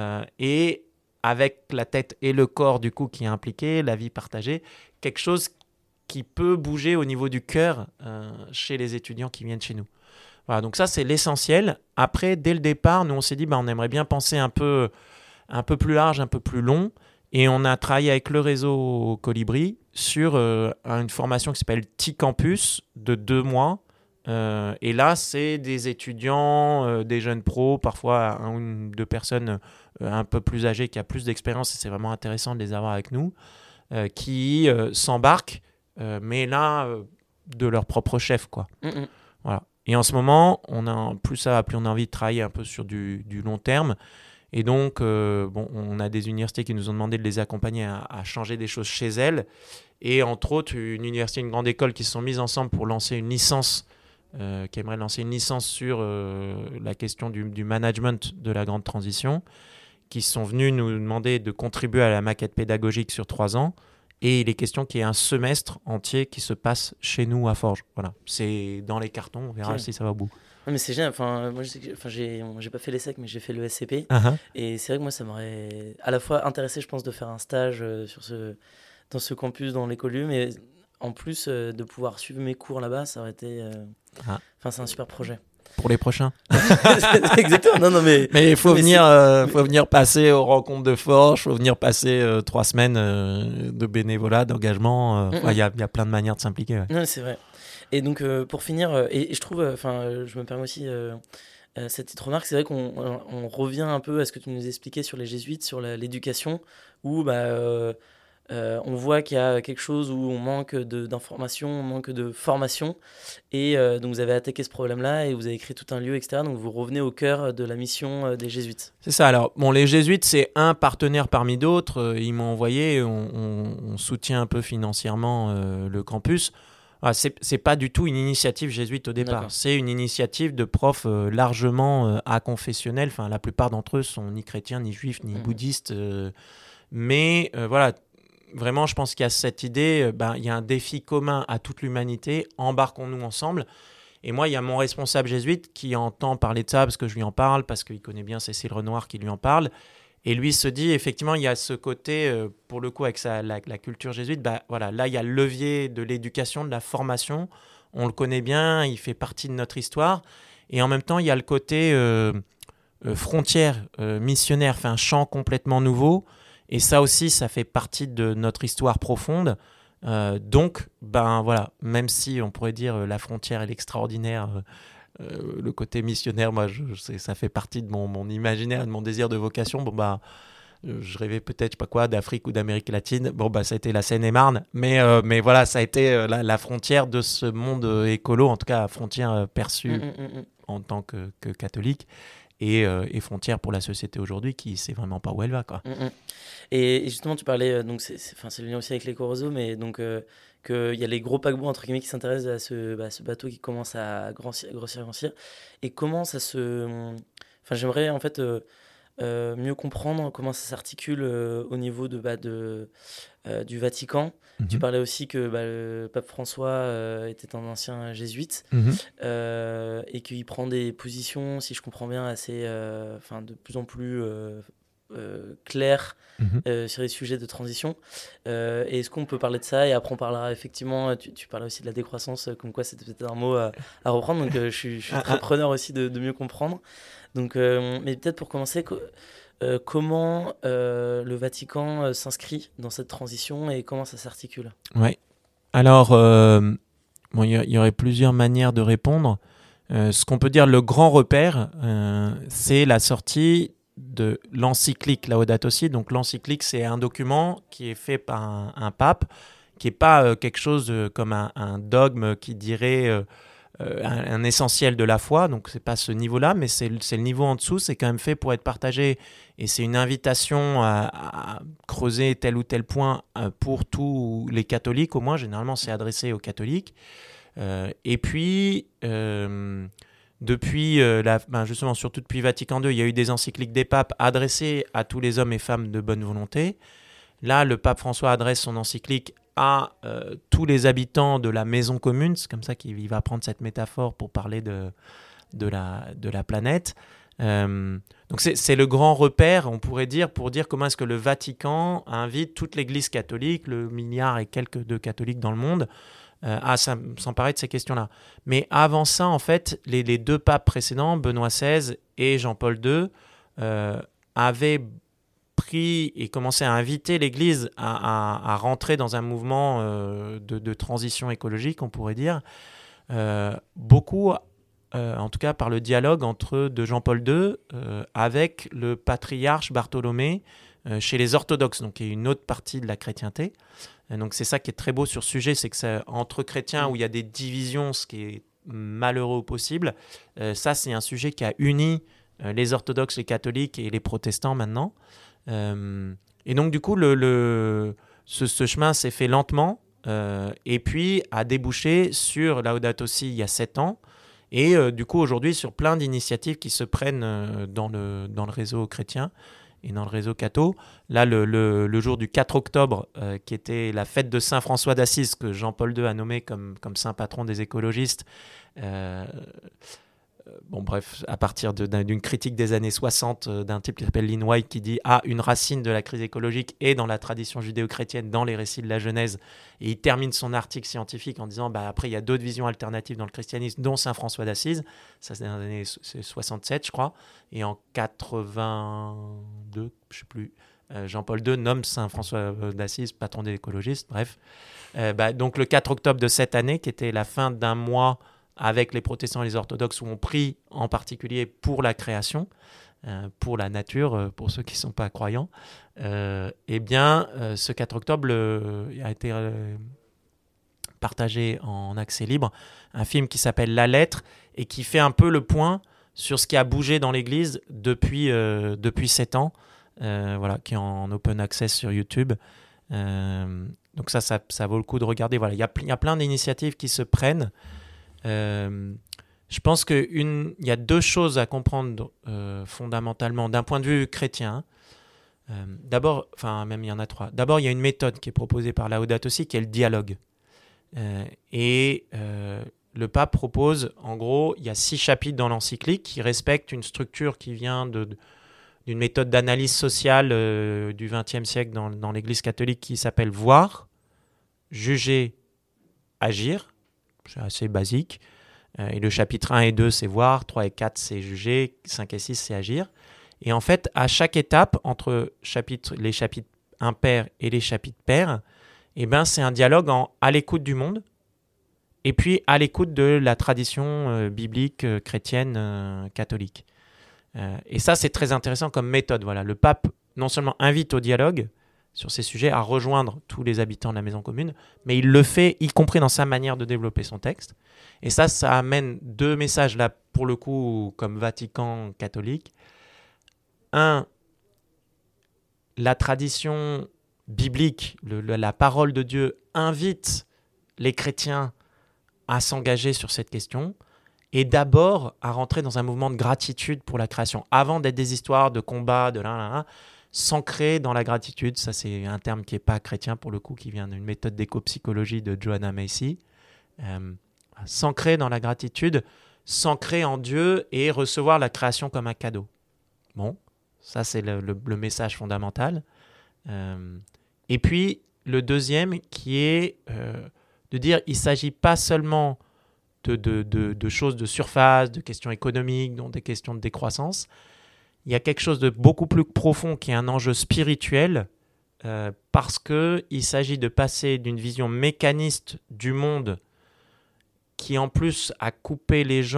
et avec la tête et le corps du coup qui est impliqué, la vie partagée, quelque chose qui peut bouger au niveau du cœur chez les étudiants qui viennent chez nous. Voilà, donc ça c'est l'essentiel. Après, dès le départ, nous on s'est dit on aimerait bien penser un peu plus large, un peu plus long, et on a travaillé avec le réseau Colibri sur une formation qui s'appelle T-Campus de 2 mois. Et là, c'est des étudiants, des jeunes pros, parfois 1 ou 2 personnes un peu plus âgées qui a plus d'expérience, et c'est vraiment intéressant de les avoir avec nous, qui s'embarquent, mais là, de leur propre chef, quoi. Voilà. Et en ce moment, plus ça va, plus on a envie de travailler un peu sur du long terme. Et donc, on a des universités qui nous ont demandé de les accompagner à changer des choses chez elles. Et entre autres, une université, une grande école qui se sont mises ensemble pour lancer une licence, qui aimerait lancer une licence sur la question du management de la grande transition, qui sont venus nous demander de contribuer à la maquette pédagogique sur 3 ans. Et il est question qu'il y ait un semestre entier qui se passe chez nous à Forges. Voilà, c'est dans les cartons, on verra si ça va au bout. Non, mais c'est génial. Moi, j'ai pas fait l'ESSEC, mais j'ai fait le SCP. Et c'est vrai que moi, ça m'aurait à la fois intéressé, je pense, de faire un stage dans ce campus, dans l'école, mais en plus de pouvoir suivre mes cours là-bas, ça aurait été... c'est un super projet. Pour les prochains. Exactement. Non, mais il faut venir passer aux rencontres de Forges, il faut venir passer 3 semaines de bénévolat, d'engagement. Il y a plein de manières de s'impliquer. Ouais. Non, c'est vrai. Et donc, pour finir, et je trouve, je me permets aussi cette petite remarque, c'est vrai qu'on revient un peu à ce que tu nous expliquais sur les jésuites, sur l'éducation, où on voit qu'il y a quelque chose où on manque d'informations, on manque de formation. Et donc, vous avez attaqué ce problème-là et vous avez créé tout un lieu, etc. Donc, vous revenez au cœur de la mission des jésuites. C'est ça. Alors, les jésuites, c'est un partenaire parmi d'autres. Ils m'ont envoyé, on soutient un peu financièrement le campus. C'est pas du tout une initiative jésuite au départ. D'accord. C'est une initiative de profs largement aconfessionnels. Enfin, la plupart d'entre eux sont ni chrétiens, ni juifs, ni bouddhistes. Mais voilà, vraiment, je pense qu'il y a cette idée, il y a un défi commun à toute l'humanité, embarquons-nous ensemble. Et moi, il y a mon responsable jésuite qui entend parler de ça parce que je lui en parle, parce qu'il connaît bien Cécile Renoir qui lui en parle. Et lui se dit, effectivement, il y a ce côté, pour le coup, avec la culture jésuite, là, il y a le levier de l'éducation, de la formation. On le connaît bien, il fait partie de notre histoire. Et en même temps, il y a le côté frontière, missionnaire, un champ complètement nouveau. Et ça aussi, ça fait partie de notre histoire profonde. Donc, même si on pourrait dire la frontière est l'extraordinaire, le côté missionnaire, moi, ça fait partie de mon imaginaire, de mon désir de vocation. Je rêvais peut-être, je sais pas quoi, d'Afrique ou d'Amérique latine. Ça a été la Seine-et-Marne. Mais voilà, ça a été la frontière de ce monde écolo, en tout cas, frontière perçue en tant que catholique. Et frontière pour la société aujourd'hui qui sait vraiment pas où elle va, quoi. Et justement, tu parlais, donc c'est le lien aussi avec l'éco-réseau, mais donc qu'il y a les gros paquebots entre guillemets qui s'intéressent à ce bateau qui commence à grossir. Et comment ça j'aimerais en fait mieux comprendre comment ça s'articule au niveau du Vatican. Tu parlais aussi que le pape François était un ancien jésuite et qu'il prend des positions, si je comprends bien, assez, de plus en plus claires sur les sujets de transition. Et est-ce qu'on peut parler de ça? Et après, on parlera effectivement, tu parlais aussi de la décroissance, comme quoi c'était peut-être un mot à reprendre. Donc, je suis très preneur aussi de mieux comprendre. Donc, mais peut-être pour commencer... comment le Vatican s'inscrit dans cette transition et comment ça s'articule? Oui. Alors, il y aurait plusieurs manières de répondre. ce qu'on peut dire le grand repère, c'est la sortie de l'encyclique Laudato Si. Donc l'encyclique, c'est un document qui est fait par un pape, qui n'est pas quelque chose comme un dogme qui dirait un essentiel de la foi. Donc c'est pas ce niveau-là, mais c'est le niveau en dessous. C'est quand même fait pour être partagé. Et c'est une invitation à creuser tel ou tel point pour tous les catholiques. Au moins, généralement, c'est adressé aux catholiques. Et puis... depuis, justement, surtout depuis Vatican II, il y a eu des encycliques des papes adressées à tous les hommes et femmes de bonne volonté. Là, le pape François adresse son encyclique à tous les habitants de la maison commune. C'est comme ça qu'il va prendre cette métaphore pour parler de la planète. Donc c'est le grand repère, on pourrait dire, pour dire comment est-ce que le Vatican invite toute l'Église catholique, le milliard et quelques de catholiques dans le monde, à s'emparer de ces questions-là. Mais avant ça, en fait, les deux papes précédents, Benoît XVI et Jean-Paul II, avaient pris et commencé à inviter l'Église à rentrer dans un mouvement de transition écologique, on pourrait dire. Beaucoup, en tout cas par le dialogue de Jean-Paul II avec le patriarche Bartholomé chez les orthodoxes, donc qui est une autre partie de la chrétienté. Donc c'est ça qui est très beau sur ce sujet, c'est que entre chrétiens où il y a des divisions, ce qui est malheureux au possible, ça c'est un sujet qui a uni les orthodoxes, les catholiques et les protestants maintenant. Et donc du coup ce chemin s'est fait lentement et puis a débouché sur Laudato Si il y a 7 ans et du coup aujourd'hui sur plein d'initiatives qui se prennent dans le réseau chrétien et dans le réseau catho. Là, le jour du 4 octobre, qui était la fête de Saint François d'Assise, que Jean-Paul II a nommé comme saint patron des écologistes. À partir d'une critique des années 60 d'un type qui s'appelle Lynn White, qui dit une racine de la crise écologique est dans la tradition judéo-chrétienne, dans les récits de la Genèse. Et il termine son article scientifique en disant après, il y a d'autres visions alternatives dans le christianisme, dont Saint François d'Assise. Ça, c'est dans les années 67, je crois. Et en 82, je ne sais plus, Jean-Paul II nomme Saint François d'Assise patron des écologistes. Bref. Donc, le 4 octobre de cette année, qui était la fin d'un mois avec les protestants et les orthodoxes, où on prie en particulier pour la création, pour la nature, pour ceux qui ne sont pas croyants, ce 4 octobre a été partagé en accès libre, un film qui s'appelle La Lettre, et qui fait un peu le point sur ce qui a bougé dans l'Église depuis 7 ans, qui est en open access sur YouTube. Donc ça vaut le coup de regarder. Voilà, il y a plein d'initiatives qui se prennent. Je pense qu'il y a deux choses à comprendre fondamentalement d'un point de vue chrétien. D'abord, même il y en a trois. D'abord, il y a une méthode qui est proposée par Laudato Si, qui est le dialogue. Le pape propose, en gros, il y a 6 chapitres dans l'encyclique qui respectent une structure qui vient d'une méthode d'analyse sociale du XXe siècle dans l'Église catholique qui s'appelle voir, juger, agir. C'est assez basique. Et le chapitre 1 et 2, c'est voir. 3 et 4, c'est juger. 5 et 6, c'est agir. Et en fait, à chaque étape, entre les chapitres impairs et les chapitres pairs, c'est un dialogue à l'écoute du monde et puis à l'écoute de la tradition biblique chrétienne catholique. Et ça, c'est très intéressant comme méthode. Voilà. Le pape, non seulement invite au dialogue sur ces sujets, à rejoindre tous les habitants de la maison commune, mais il le fait, y compris dans sa manière de développer son texte. Et ça amène 2 messages, là, pour le coup, comme Vatican catholique. Un, la tradition biblique, la parole de Dieu invite les chrétiens à s'engager sur cette question, et d'abord à rentrer dans un mouvement de gratitude pour la création, avant d'être des histoires de combats, s'ancrer dans la gratitude. Ça, c'est un terme qui n'est pas chrétien pour le coup, qui vient d'une méthode d'éco-psychologie de Joanna Macy. S'ancrer dans la gratitude, s'ancrer en Dieu et recevoir la création comme un cadeau. Bon, ça c'est le message fondamental. Et puis le deuxième qui est de dire il ne s'agit pas seulement de choses de surface, de questions économiques, dont des questions de décroissance. Il y a quelque chose de beaucoup plus profond qui est un enjeu spirituel parce qu'il s'agit de passer d'une vision mécaniste du monde qui en plus a coupé les gens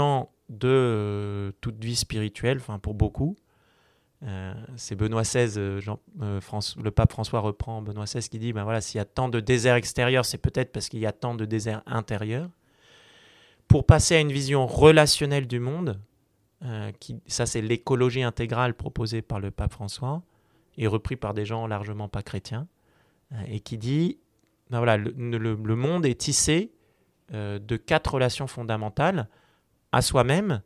de toute vie spirituelle, pour beaucoup. C'est Benoît XVI, le pape François reprend Benoît XVI qui dit s'il y a tant de désert extérieur, c'est peut-être parce qu'il y a tant de désert intérieur. Pour passer à une vision relationnelle du monde, ça c'est l'écologie intégrale proposée par le pape François et repris par des gens largement pas chrétiens, et qui dit le monde est tissé de 4 relations fondamentales à soi-même,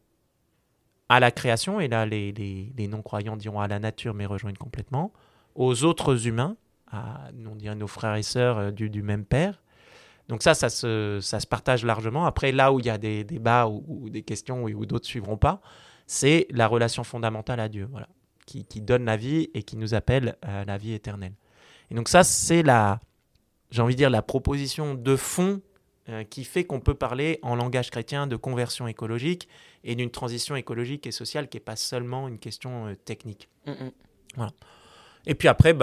à la création, et là les non-croyants diront à la nature mais rejoignent complètement, aux autres humains, on dirait nos frères et sœurs du même père. Donc ça se partage largement. Après, là où il y a des débats ou des questions où d'autres ne suivront pas, c'est la relation fondamentale à Dieu, qui donne la vie et qui nous appelle à la vie éternelle. Et donc ça, c'est la proposition de fond qui fait qu'on peut parler en langage chrétien de conversion écologique et d'une transition écologique et sociale qui n'est pas seulement une question technique. Voilà. Et puis après,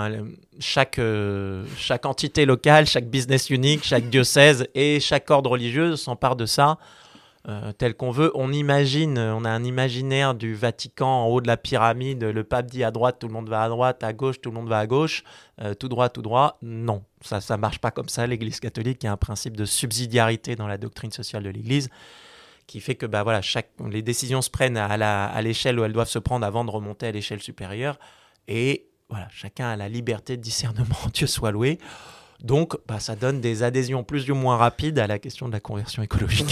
chaque entité locale, chaque business unique, chaque diocèse et chaque ordre religieux s'empare de ça tel qu'on veut. On a un imaginaire du Vatican en haut de la pyramide. Le pape dit à droite, tout le monde va à droite, à gauche, tout le monde va à gauche, tout droit. Non, ça ne marche pas comme ça. L'Église catholique, il y a un principe de subsidiarité dans la doctrine sociale de l'Église qui fait que les décisions se prennent à l'échelle où elles doivent se prendre avant de remonter à l'échelle supérieure. Et chacun a la liberté de discernement, Dieu soit loué. Donc, ça donne des adhésions plus ou moins rapides à la question de la conversion écologique.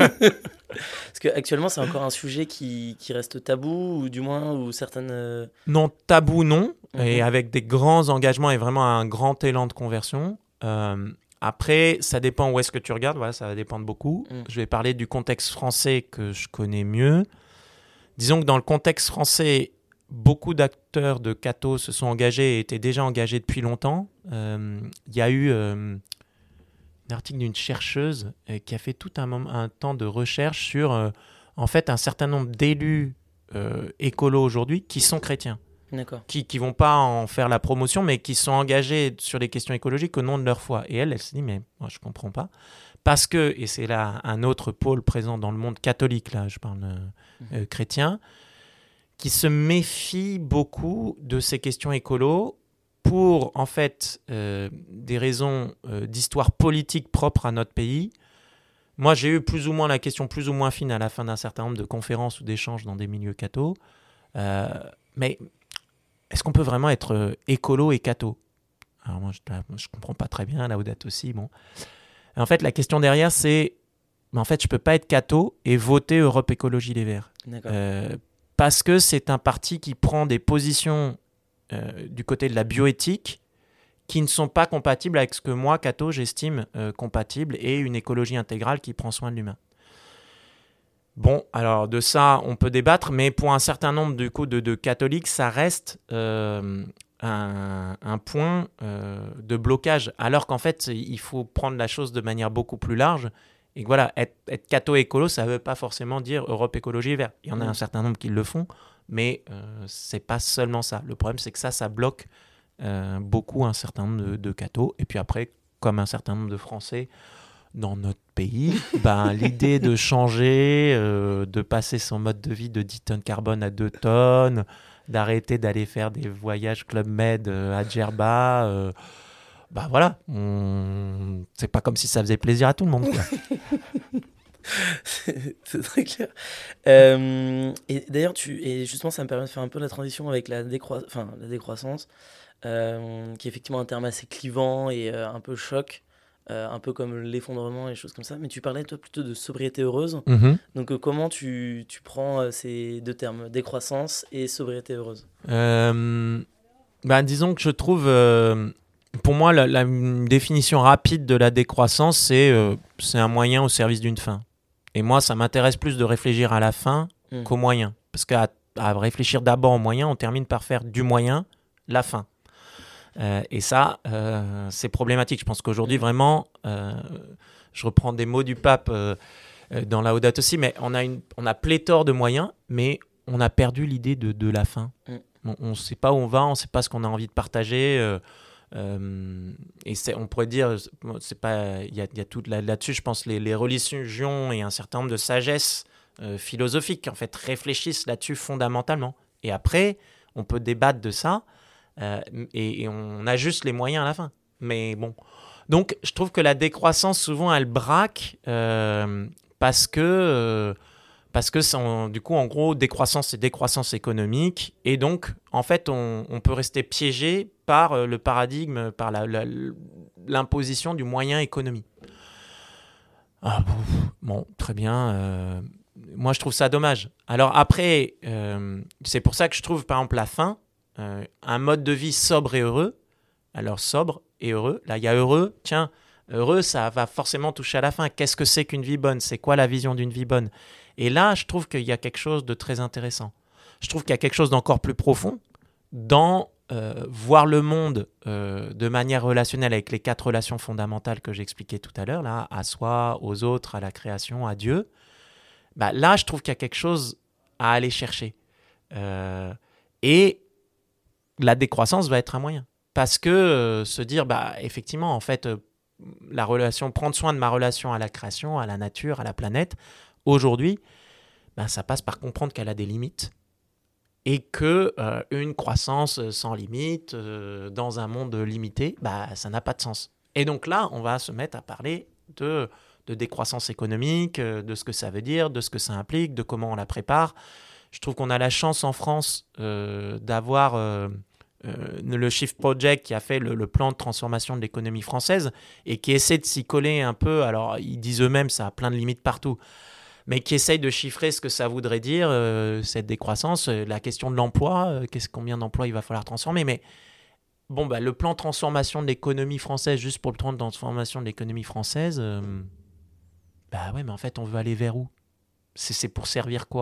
Parce qu'actuellement, c'est encore un sujet qui reste tabou, ou du moins, ou certaines... Non, tabou, non. Et avec des grands engagements et vraiment un grand élan de conversion. Après, ça dépend où est-ce que tu regardes. Ça va dépendre beaucoup. Je vais parler du contexte français que je connais mieux. Disons que dans le contexte français, beaucoup d'acteurs de catho se sont engagés et étaient déjà engagés depuis longtemps. Il y a eu un article d'une chercheuse qui a fait tout un temps de recherche sur en fait un certain nombre d'élus écolos aujourd'hui qui sont chrétiens. D'accord. Qui vont pas en faire la promotion, mais qui sont engagés sur les questions écologiques au nom de leur foi. Et elle se dit, mais moi je comprends pas. Parce que, et c'est là un autre pôle présent dans le monde catholique, là je parle chrétien, qui se méfie beaucoup de ces questions écolo pour, en fait, des raisons d'histoire politique propre à notre pays. Moi, j'ai eu plus ou moins la question plus ou moins fine à la fin d'un certain nombre de conférences ou d'échanges dans des milieux catho. Mais est-ce qu'on peut vraiment être écolo et catho ? Alors moi, je comprends pas très bien, Laudato Si, bon. En fait, la question derrière, c'est... Mais en fait, je peux pas être catho et voter Europe Écologie Les Verts. D'accord. Parce que c'est un parti qui prend des positions du côté de la bioéthique qui ne sont pas compatibles avec ce que moi, catho, j'estime compatible et une écologie intégrale qui prend soin de l'humain. Bon, alors de ça, on peut débattre, mais pour un certain nombre de catholiques, ça reste un point de blocage, alors qu'en fait, il faut prendre la chose de manière beaucoup plus large. Et voilà, être catho-écolo, ça ne veut pas forcément dire Europe Écologie Vert. Il y en a un certain nombre qui le font, mais ce n'est pas seulement ça. Le problème, c'est que ça bloque beaucoup un certain nombre de cathos. Et puis après, comme un certain nombre de Français dans notre pays, l'idée de changer, de passer son mode de vie de 10 tonnes carbone à 2 tonnes, d'arrêter d'aller faire des voyages Club Med à Djerba... voilà, c'est pas comme si ça faisait plaisir à tout le monde, quoi. c'est très clair. Et d'ailleurs, justement, ça me permet de faire un peu la transition avec la décroissance, qui est effectivement un terme assez clivant et un peu choc, un peu comme l'effondrement et choses comme ça. Mais tu parlais, toi, plutôt de sobriété heureuse. Mm-hmm. Donc, comment tu prends ces deux termes, décroissance et sobriété heureuse ? Disons que je trouve... Pour moi, la définition rapide de la décroissance, c'est un moyen au service d'une fin. Et moi, ça m'intéresse plus de réfléchir à la fin qu'au moyen. Parce qu'à réfléchir d'abord au moyen, on termine par faire du moyen la fin. Et ça, c'est problématique. Je pense qu'aujourd'hui, vraiment, je reprends des mots du pape dans Laudato Si, mais on a pléthore de moyens, mais on a perdu l'idée de la fin. On ne sait pas où on va, on ne sait pas ce qu'on a envie de partager. Et on pourrait dire, c'est pas, il y a tout là-dessus, je pense, les religions et un certain nombre de sagesses philosophiques, en fait, réfléchissent là-dessus fondamentalement. Et après, on peut débattre de ça et on ajuste les moyens à la fin. Mais bon. Donc, je trouve que la décroissance, souvent, elle braque parce que du coup, en gros, décroissance, c'est décroissance économique. Et donc, en fait, on peut rester piégé par le paradigme, par l'imposition du moyen économie. Ah, bon, très bien. Moi, je trouve ça dommage. Alors après, c'est pour ça que je trouve, par exemple, la faim, un mode de vie sobre et heureux. Alors, sobre et heureux. Là, il y a heureux. Tiens, heureux, ça va forcément toucher à la fin. Qu'est-ce que c'est qu'une vie bonne ? C'est quoi la vision d'une vie bonne ? Et là, je trouve qu'il y a quelque chose de très intéressant. Je trouve qu'il y a quelque chose d'encore plus profond dans voir le monde de manière relationnelle avec les 4 relations fondamentales que j'expliquais tout à l'heure, là, à soi, aux autres, à la création, à Dieu. Bah, là, je trouve qu'il y a quelque chose à aller chercher. Et la décroissance va être un moyen. Parce que se dire, bah, effectivement, en fait, la relation, prendre soin de ma relation à la création, à la nature, à la planète, aujourd'hui, bah, ça passe par comprendre qu'elle a des limites et que une croissance sans limite, dans un monde limité, bah, ça n'a pas de sens. Et donc là, on va se mettre à parler de décroissance économique, de ce que ça veut dire, de ce que ça implique, de comment on la prépare. Je trouve qu'on a la chance en France d'avoir le Shift Project qui a fait le plan de transformation de l'économie française et qui essaie de s'y coller un peu. Alors, ils disent eux-mêmes, ça a plein de limites partout, mais qui essaye de chiffrer ce que ça voudrait dire, cette décroissance, la question de l'emploi, combien d'emplois il va falloir transformer. Mais bon, bah, le plan de transformation de l'économie française, juste pour le plan de transformation de l'économie française, bah ouais, mais en fait, on veut aller vers où ? C'est pour servir quoi ?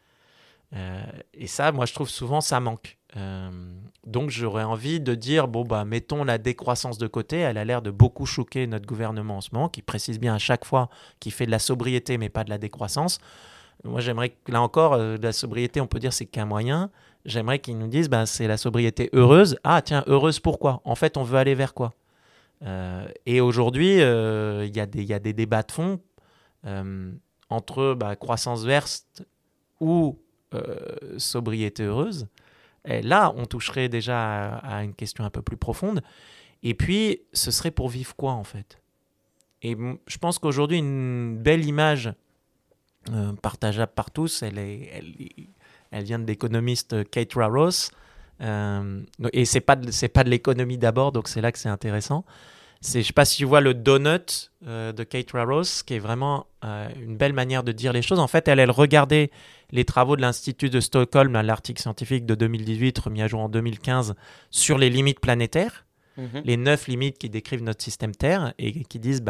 Et ça, moi, je trouve souvent, ça manque. Donc, j'aurais envie de dire, bon, bah, mettons la décroissance de côté. Elle a l'air de beaucoup choquer notre gouvernement en ce moment, qui précise bien à chaque fois qu'il fait de la sobriété, mais pas de la décroissance. Moi, j'aimerais que, là encore, de la sobriété, on peut dire c'est qu'un moyen. J'aimerais qu'ils nous disent, bah, c'est la sobriété heureuse. Ah, tiens, heureuse pourquoi ? En fait, on veut aller vers quoi ? Et aujourd'hui, il y a des débats de fond entre croissance verte ou sobriété heureuse. Et là, on toucherait déjà à une question un peu plus profonde. Et puis, ce serait pour vivre quoi, en fait ? Et je pense qu'aujourd'hui, une belle image partageable par tous, elle vient de l'économiste Kate Raworth. Et c'est pas de l'économie d'abord, donc c'est là que c'est intéressant. Je ne sais pas si tu vois le donut de Kate Raworth, qui est vraiment une belle manière de dire les choses. En fait, elle regardait les travaux de l'Institut de Stockholm, l'article scientifique de 2018, remis à jour en 2015, sur les limites planétaires, les 9 limites qui décrivent notre système Terre et qui disent,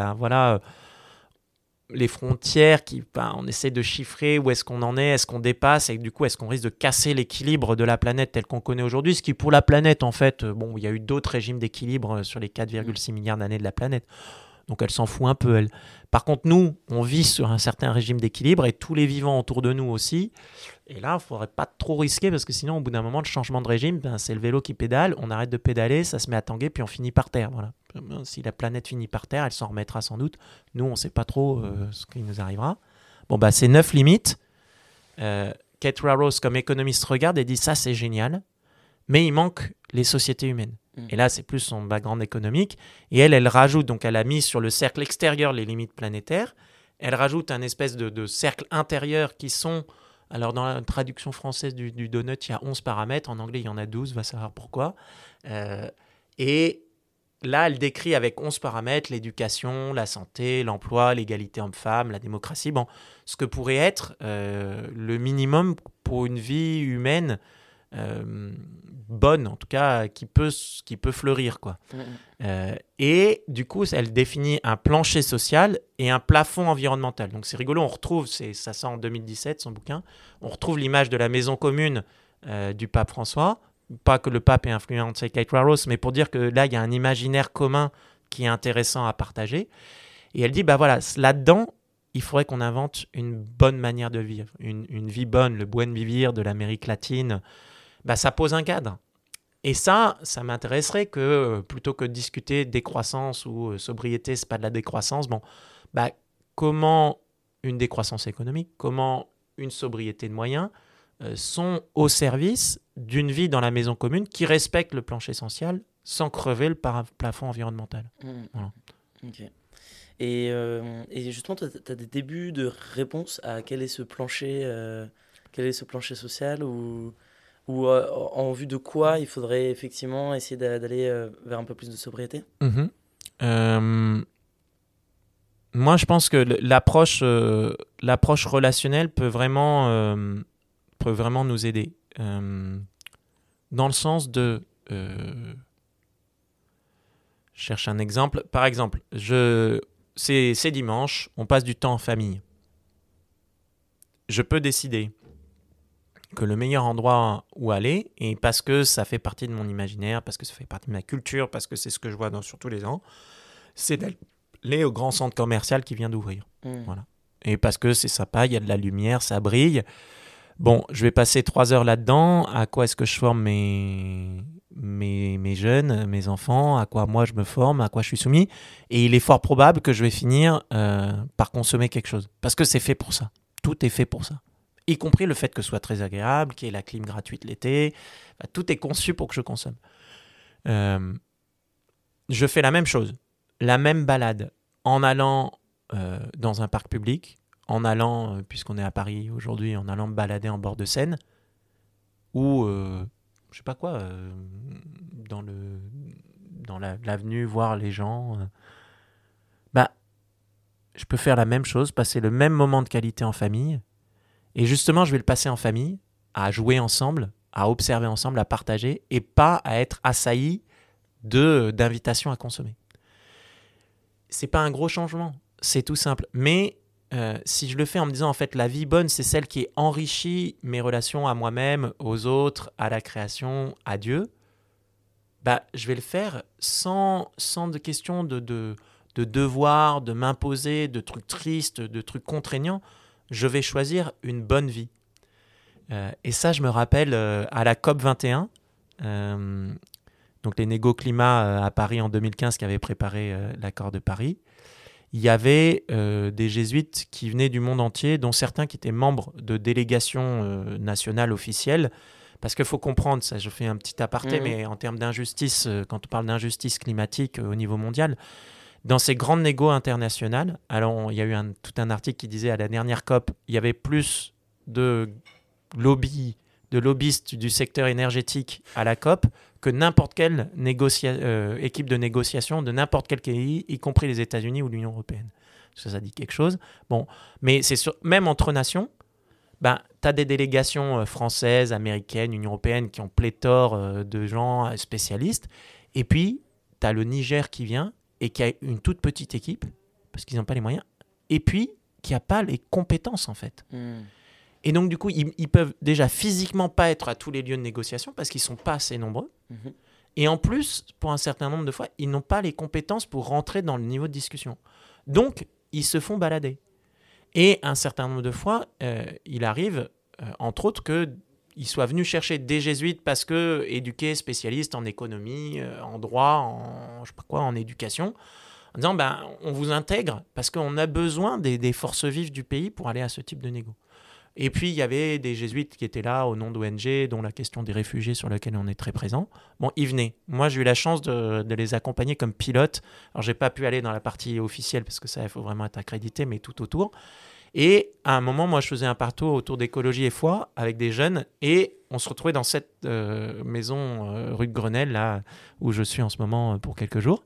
les frontières, on essaie de chiffrer où est-ce qu'on en est qu'on dépasse, et du coup, est-ce qu'on risque de casser l'équilibre de la planète tel qu'on connaît aujourd'hui, ce qui, pour la planète, en fait, il y a eu d'autres régimes d'équilibre sur les 4,6 milliards d'années de la planète. Donc, elle s'en fout un peu, elle. Par contre, nous, on vit sur un certain régime d'équilibre et tous les vivants autour de nous aussi. Et là, il ne faudrait pas trop risquer parce que sinon, au bout d'un moment, le changement de régime, c'est le vélo qui pédale. On arrête de pédaler, ça se met à tanguer, puis on finit par terre. Voilà. Si la planète finit par terre, elle s'en remettra sans doute. Nous, on ne sait pas trop ce qui nous arrivera. Ces 9 limites. Kate Raworth, comme économiste, regarde et dit ça, c'est génial, mais il manque les sociétés humaines. Et là, c'est plus son background économique. Et elle rajoute, donc elle a mis sur le cercle extérieur les limites planétaires. Elle rajoute un espèce de cercle intérieur qui sont... Alors, dans la traduction française du donut, il y a 11 paramètres. En anglais, il y en a 12, va savoir pourquoi. Et là, elle décrit avec 11 paramètres l'éducation, la santé, l'emploi, l'égalité homme-femme, la démocratie. Bon, ce que pourrait être le minimum pour une vie humaine bonne, en tout cas, qui peut fleurir, quoi. Et du coup, elle définit un plancher social et un plafond environnemental. Donc, c'est rigolo, on retrouve, ça sort en 2017, son bouquin, on retrouve l'image de la maison commune du pape François. Pas que le pape ait influencé Kate Raworth, mais pour dire que là, il y a un imaginaire commun qui est intéressant à partager. Et elle dit, là-dedans, il faudrait qu'on invente une bonne manière de vivre, une vie bonne, le buen vivir de l'Amérique latine. Ça pose un cadre. Et ça m'intéresserait que, plutôt que de discuter décroissance ou sobriété, c'est pas de la décroissance, comment une décroissance économique, comment une sobriété de moyens, sont au service d'une vie dans la maison commune qui respecte le plancher social sans crever le plafond environnemental. Voilà. Ok. Et justement, tu as des débuts de réponse à quel est ce plancher social ou en vue de quoi il faudrait effectivement essayer d'aller vers un peu plus de sobriété? Moi, je pense que l'approche relationnelle peut vraiment nous aider. Dans le sens de... je cherche un exemple. Par exemple, c'est dimanche, on passe du temps en famille. Je peux décider que le meilleur endroit où aller, et parce que ça fait partie de mon imaginaire, parce que ça fait partie de ma culture, parce que c'est ce que je vois sur tous les ans, c'est d'aller au grand centre commercial qui vient d'ouvrir. Voilà. Et parce que c'est sympa, il y a de la lumière, ça brille. Bon, je vais passer 3 heures là-dedans. À quoi est-ce que je forme mes jeunes, mes enfants, à quoi moi je me forme, à quoi je suis soumis. Et il est fort probable que je vais finir par consommer quelque chose. Parce que c'est fait pour ça. Tout est fait pour ça. Y compris le fait que ce soit très agréable, qu'il y ait la clim gratuite l'été. Tout est conçu pour que je consomme. Je fais la même chose, la même balade, en allant dans un parc public, en allant, puisqu'on est à Paris aujourd'hui, en allant me balader en bord de Seine, ou, je sais pas quoi, dans l'avenue, voir les gens. Je peux faire la même chose, passer le même moment de qualité en famille. Et justement, je vais le passer en famille, à jouer ensemble, à observer ensemble, à partager, et pas à être assailli d'invitations à consommer. C'est pas un gros changement, c'est tout simple. Mais si je le fais en me disant, en fait, la vie bonne, c'est celle qui enrichit mes relations à moi-même, aux autres, à la création, à Dieu, je vais le faire sans de questions de devoir, de m'imposer, de trucs tristes, de trucs contraignants. Je vais choisir une bonne vie. Et ça, je me rappelle à la COP21, donc les négos climat à Paris en 2015 qui avaient préparé l'accord de Paris, il y avait des jésuites qui venaient du monde entier, dont certains qui étaient membres de délégations nationales officielles. Parce qu'il faut comprendre, ça, je fais un petit aparté, mais en termes d'injustice, quand on parle d'injustice climatique au niveau mondial, dans ces grandes négos internationales, alors il y a eu tout un article qui disait à la dernière COP, il y avait plus de lobbyistes du secteur énergétique à la COP que n'importe quelle équipe de négociation de n'importe quel pays, y compris les États-Unis ou l'Union européenne. Ça dit quelque chose. Bon, mais même entre nations, tu as des délégations françaises, américaines, Union européenne qui ont pléthore de gens spécialistes. Et puis, tu as le Niger qui vient et qui a une toute petite équipe, parce qu'ils n'ont pas les moyens, et puis qui n'a pas les compétences, en fait. Et donc, du coup, ils peuvent déjà physiquement pas être à tous les lieux de négociation, parce qu'ils ne sont pas assez nombreux. Et en plus, pour un certain nombre de fois, ils n'ont pas les compétences pour rentrer dans le niveau de discussion. Donc, ils se font balader. Et un certain nombre de fois, il arrive, entre autres, qu'ils soient venus chercher des jésuites parce que éduqués, spécialistes en économie, en droit, en éducation, en disant on vous intègre parce qu'on a besoin des forces vives du pays pour aller à ce type de négo. Et puis, il y avait des jésuites qui étaient là au nom d'ONG, dont la question des réfugiés sur laquelle on est très présent. Bon, ils venaient. Moi, j'ai eu la chance de les accompagner comme pilote. Alors, je n'ai pas pu aller dans la partie officielle parce que ça, il faut vraiment être accrédité, mais tout autour. Et à un moment, moi, je faisais un partout autour d'écologie et foi avec des jeunes. Et on se retrouvait dans cette maison rue de Grenelle, là où je suis en ce moment pour quelques jours.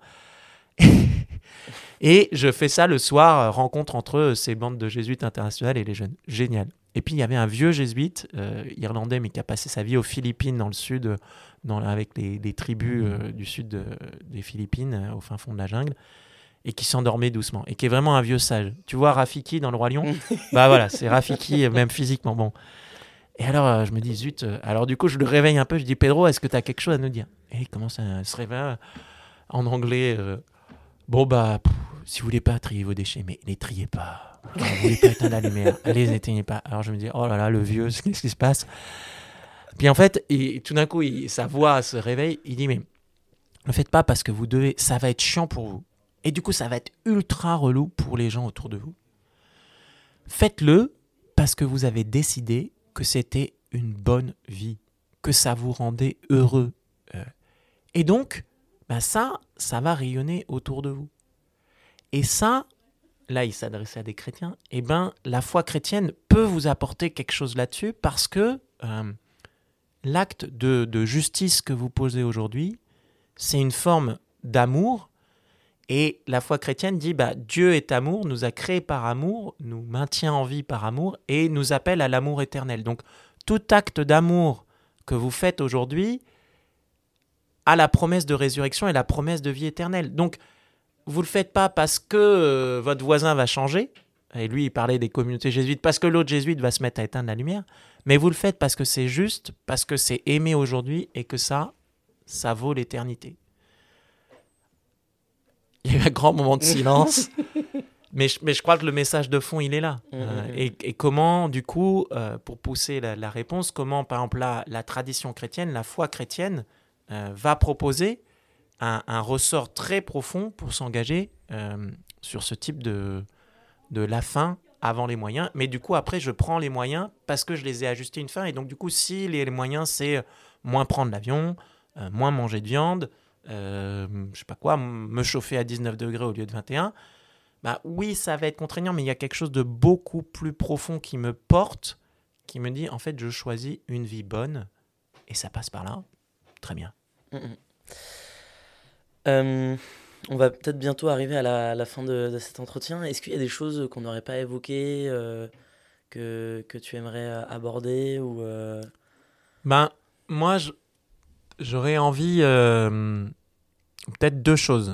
Et je fais ça le soir, rencontre entre ces bandes de jésuites internationales et les jeunes. Génial. Et puis, il y avait un vieux jésuite irlandais, mais qui a passé sa vie aux Philippines, dans le sud, avec les tribus du sud des Philippines, au fin fond de la jungle, et qui s'endormait doucement, et qui est vraiment un vieux sage. Tu vois Rafiki dans Le Roi Lion ? Voilà, c'est Rafiki, même physiquement. Bon. Et alors, je me dis, zut. Alors, du coup, je le réveille un peu, je dis, Pedro, est-ce que tu as quelque chose à nous dire ? Et il commence à se réveiller en anglais. Si vous voulez pas trier vos déchets, mais les triez pas. Vous voulez pas éteindre la lumière, les éteignez pas. Alors je me dis, oh là là, le vieux, qu'est-ce qui se passe ? Puis en fait, tout d'un coup, sa voix se réveille. Il dit, mais ne faites pas parce que vous devez, ça va être chiant pour vous. Et du coup, ça va être ultra relou pour les gens autour de vous. Faites-le Parce que vous avez décidé que c'était une bonne vie, que ça vous rendait heureux. Et donc, ça va rayonner autour de vous. Et ça, là, il s'adressait à des chrétiens, la foi chrétienne peut vous apporter quelque chose là-dessus parce que l'acte de justice que vous posez aujourd'hui, c'est une forme d'amour. Et la foi chrétienne dit, Dieu est amour, nous a créés par amour, nous maintient en vie par amour et nous appelle à l'amour éternel. Donc, tout acte d'amour que vous faites aujourd'hui a la promesse de résurrection et la promesse de vie éternelle. Donc, vous ne le faites pas parce que votre voisin va changer, et lui, il parlait des communautés jésuites, parce que l'autre jésuite va se mettre à éteindre la lumière, mais vous le faites parce que c'est juste, parce que c'est aimé aujourd'hui et que ça vaut l'éternité. Il y a eu un grand moment de silence, mais je crois que le message de fond, il est là. Et comment, du coup, pour pousser la réponse, comment, par exemple, la tradition chrétienne, la foi chrétienne, va proposer un ressort très profond pour s'engager sur ce type de la fin avant les moyens. Mais du coup, après, je prends les moyens parce que je les ai ajustés une fin. Et donc, du coup, si les moyens, c'est moins prendre l'avion, moins manger de viande, je sais pas quoi, me chauffer à 19 degrés au lieu de 21, oui, ça va être contraignant, mais il y a quelque chose de beaucoup plus profond qui me porte, qui me dit, en fait, je choisis une vie bonne, et ça passe par là. Très bien. On va peut-être bientôt arriver à la fin de cet entretien. Est-ce qu'il y a des choses qu'on n'aurait pas évoquées, que tu aimerais aborder ou Moi, j'aurais envie peut-être deux choses.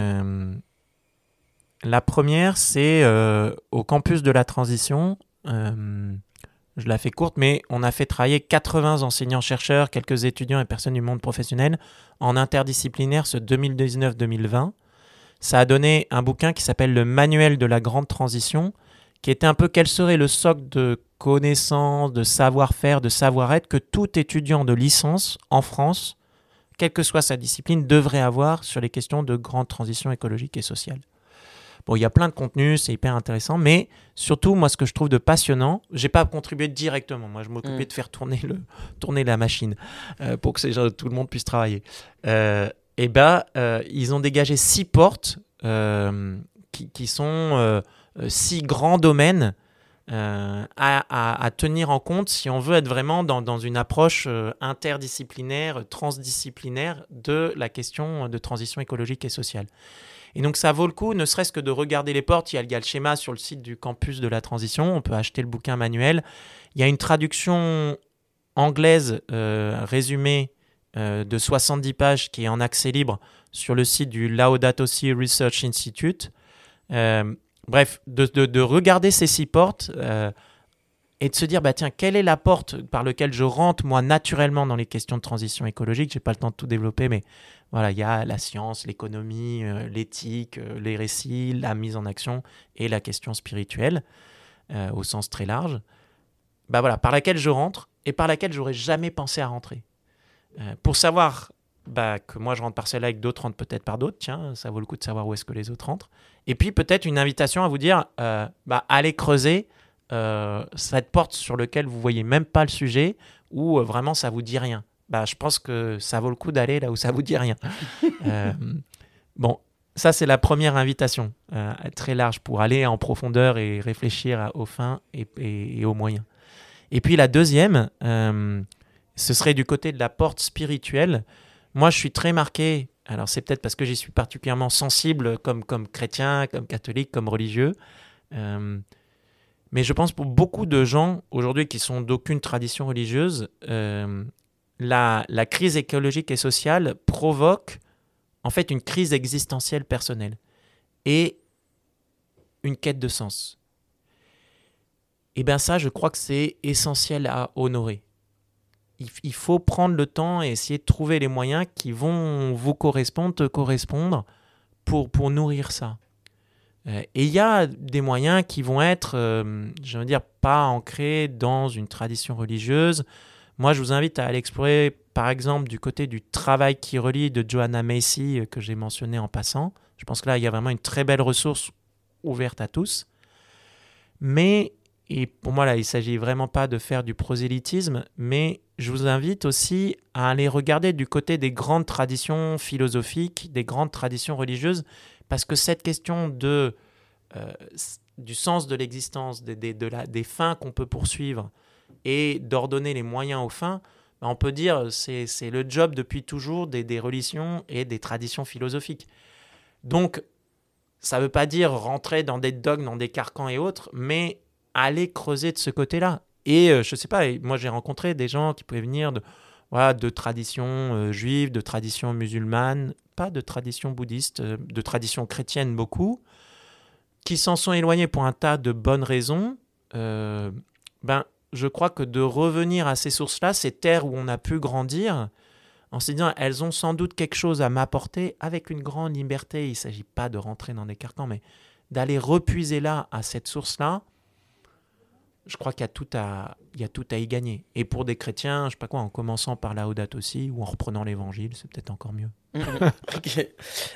La première, c'est au campus de la transition. Je la fais courte, mais on a fait travailler 80 enseignants-chercheurs, quelques étudiants et personnes du monde professionnel en interdisciplinaire ce 2019-2020. Ça a donné un bouquin qui s'appelle « Le manuel de la grande transition », qui était un peu quel serait le socle de connaissances, de savoir-faire, de savoir-être que tout étudiant de licence en France, quelle que soit sa discipline, devrait avoir sur les questions de grande transition écologique et sociale. Bon, il y a plein de contenus, c'est hyper intéressant, mais surtout, moi, ce que je trouve de passionnant, j'ai pas contribué directement. Moi, je m'occupais de faire tourner la machine pour que tout le monde puisse travailler. Ils ont dégagé 6 portes qui sont 6 grands domaines à tenir en compte si on veut être vraiment dans une approche interdisciplinaire, transdisciplinaire de la question de transition écologique et sociale. Et donc, ça vaut le coup, ne serait-ce que de regarder les portes. Il y a le schéma sur le site du campus de la transition. On peut acheter le bouquin manuel. Il y a une traduction anglaise résumée de 70 pages qui est en accès libre sur le site du Laudato Si Research Institute. Bref, de regarder ces 6 portes et de se dire, tiens, quelle est la porte par laquelle je rentre, moi, naturellement dans les questions de transition écologique. Je n'ai pas le temps de tout développer, mais voilà, il y a la science, l'économie, l'éthique, les récits, la mise en action et la question spirituelle au sens très large. Voilà, par laquelle je rentre et par laquelle j'aurais jamais pensé à rentrer. Pour savoir que moi je rentre par celle-là et que d'autres rentrent peut-être par d'autres, tiens, ça vaut le coup de savoir où est-ce que les autres rentrent. Et puis peut-être une invitation à vous dire, allez creuser cette porte sur laquelle vous voyez même pas le sujet ou vraiment ça vous dit rien. Je pense que ça vaut le coup d'aller là où ça vous dit rien. Ça c'est la première invitation très large pour aller en profondeur et réfléchir aux fins et aux moyens. Et puis la deuxième, ce serait du côté de la porte spirituelle. Moi je suis très marqué, alors c'est peut-être parce que j'y suis particulièrement sensible comme chrétien, comme catholique, comme religieux, mais je pense pour beaucoup de gens aujourd'hui qui sont d'aucune tradition religieuse, la crise écologique et sociale provoque en fait une crise existentielle personnelle et une quête de sens. Et ça, je crois que c'est essentiel à honorer. Il faut prendre le temps et essayer de trouver les moyens qui vont vous correspondre, te correspondre pour nourrir ça. Et il y a des moyens qui vont être, pas ancrés dans une tradition religieuse. Moi, je vous invite à aller explorer, par exemple, du côté du travail qui relie de Joanna Macy, que j'ai mentionné en passant. Je pense que là, il y a vraiment une très belle ressource ouverte à tous. Mais et pour moi, là, il ne s'agit vraiment pas de faire du prosélytisme, mais je vous invite aussi à aller regarder du côté des grandes traditions philosophiques, des grandes traditions religieuses, parce que cette question du sens de l'existence, des fins qu'on peut poursuivre et d'ordonner les moyens aux fins, on peut dire c'est le job depuis toujours des religions et des traditions philosophiques. Donc, ça ne veut pas dire rentrer dans des dogmes, dans des carcans et autres, mais aller creuser de ce côté-là. Et je ne sais pas, moi j'ai rencontré des gens qui pouvaient venir de traditions juives, de traditions musulmanes, pas de traditions bouddhistes, de traditions chrétiennes beaucoup, qui s'en sont éloignés pour un tas de bonnes raisons. Je crois que de revenir à ces sources-là, ces terres où on a pu grandir, en se disant elles ont sans doute quelque chose à m'apporter avec une grande liberté. Il ne s'agit pas de rentrer dans des carcans, mais d'aller repuiser là, à cette source-là, je crois qu'il y a tout à y gagner. Et pour des chrétiens, je ne sais pas quoi, en commençant par la Laudate aussi, ou en reprenant l'Évangile, c'est peut-être encore mieux. Ok.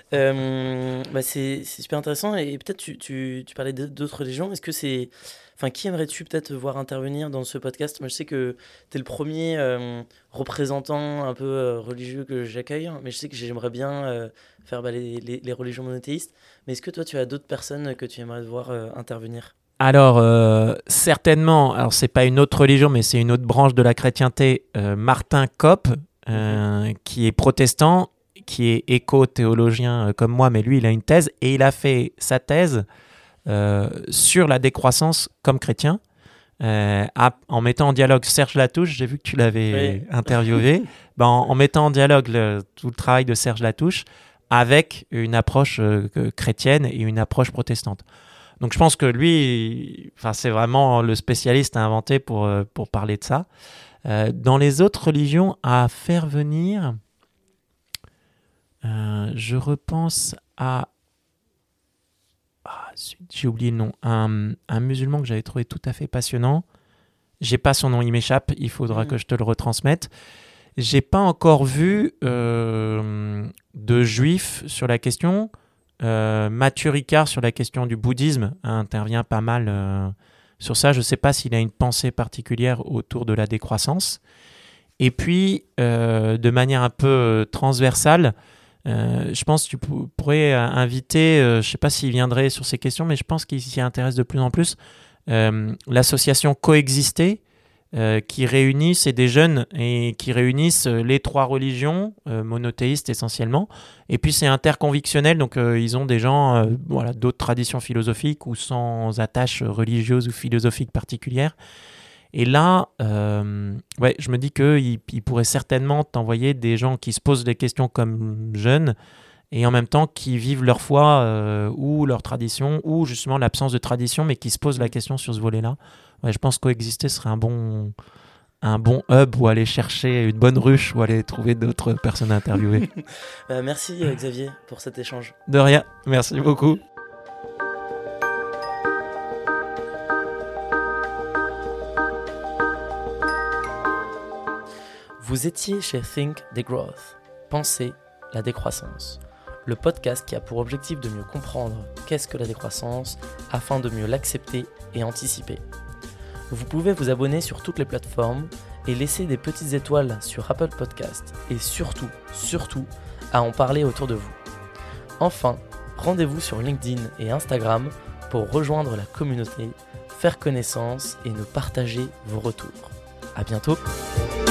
C'est super intéressant. Et peut-être tu parlais d'autres religions. Est-ce que c'est... Enfin, qui aimerais-tu peut-être voir intervenir dans ce podcast? Moi, je sais que tu es le premier représentant un peu religieux que j'accueille, mais je sais que j'aimerais bien faire les religions monothéistes. Mais est-ce que toi, tu as d'autres personnes que tu aimerais voir intervenir? Alors, certainement, alors c'est pas une autre religion, mais c'est une autre branche de la chrétienté, Martin Kopp, qui est protestant, qui est éco-théologien comme moi, mais lui, il a une thèse, et il a fait sa thèse sur la décroissance comme chrétien, en mettant en dialogue Serge Latouche, j'ai vu que tu l'avais interviewé, en mettant en dialogue tout le travail de Serge Latouche avec une approche chrétienne et une approche protestante. Donc je pense que lui, c'est vraiment le spécialiste à inventer pour parler de ça. Dans les autres religions, à faire venir, je repense à... j'ai oublié le nom. Un musulman que j'avais trouvé tout à fait passionnant. J'ai pas son nom, il m'échappe. Il faudra que je te le retransmette. J'ai pas encore vu de juif sur la question. Mathieu Ricard sur la question du bouddhisme intervient pas mal sur ça. Je ne sais pas s'il a une pensée particulière autour de la décroissance. Et puis, de manière un peu transversale, je pense que tu pourrais inviter, je ne sais pas s'il viendrait sur ces questions, mais je pense qu'il s'y intéresse de plus en plus, l'association Coexister, qui réunissent, c'est des jeunes et qui réunissent les trois religions, monothéistes essentiellement, et puis c'est interconvictionnel, donc ils ont des gens d'autres traditions philosophiques ou sans attache religieuse ou philosophique particulière. Et là, je me dis qu'ils pourraient certainement t'envoyer des gens qui se posent des questions comme jeunes et en même temps qui vivent leur foi ou leur tradition ou justement l'absence de tradition, mais qui se posent la question sur ce volet-là. Ouais, je pense qu'Coexister serait un bon hub où aller chercher une bonne ruche ou aller trouver d'autres personnes à interviewer. Merci Xavier pour cet échange. De rien, merci beaucoup. Vous étiez chez Think the Growth, Pensez la décroissance, le podcast qui a pour objectif de mieux comprendre qu'est-ce que la décroissance afin de mieux l'accepter et anticiper. Vous pouvez vous abonner sur toutes les plateformes et laisser des petites étoiles sur Apple Podcast et surtout, à en parler autour de vous. Enfin, rendez-vous sur LinkedIn et Instagram pour rejoindre la communauté, faire connaissance et nous partager vos retours. À bientôt!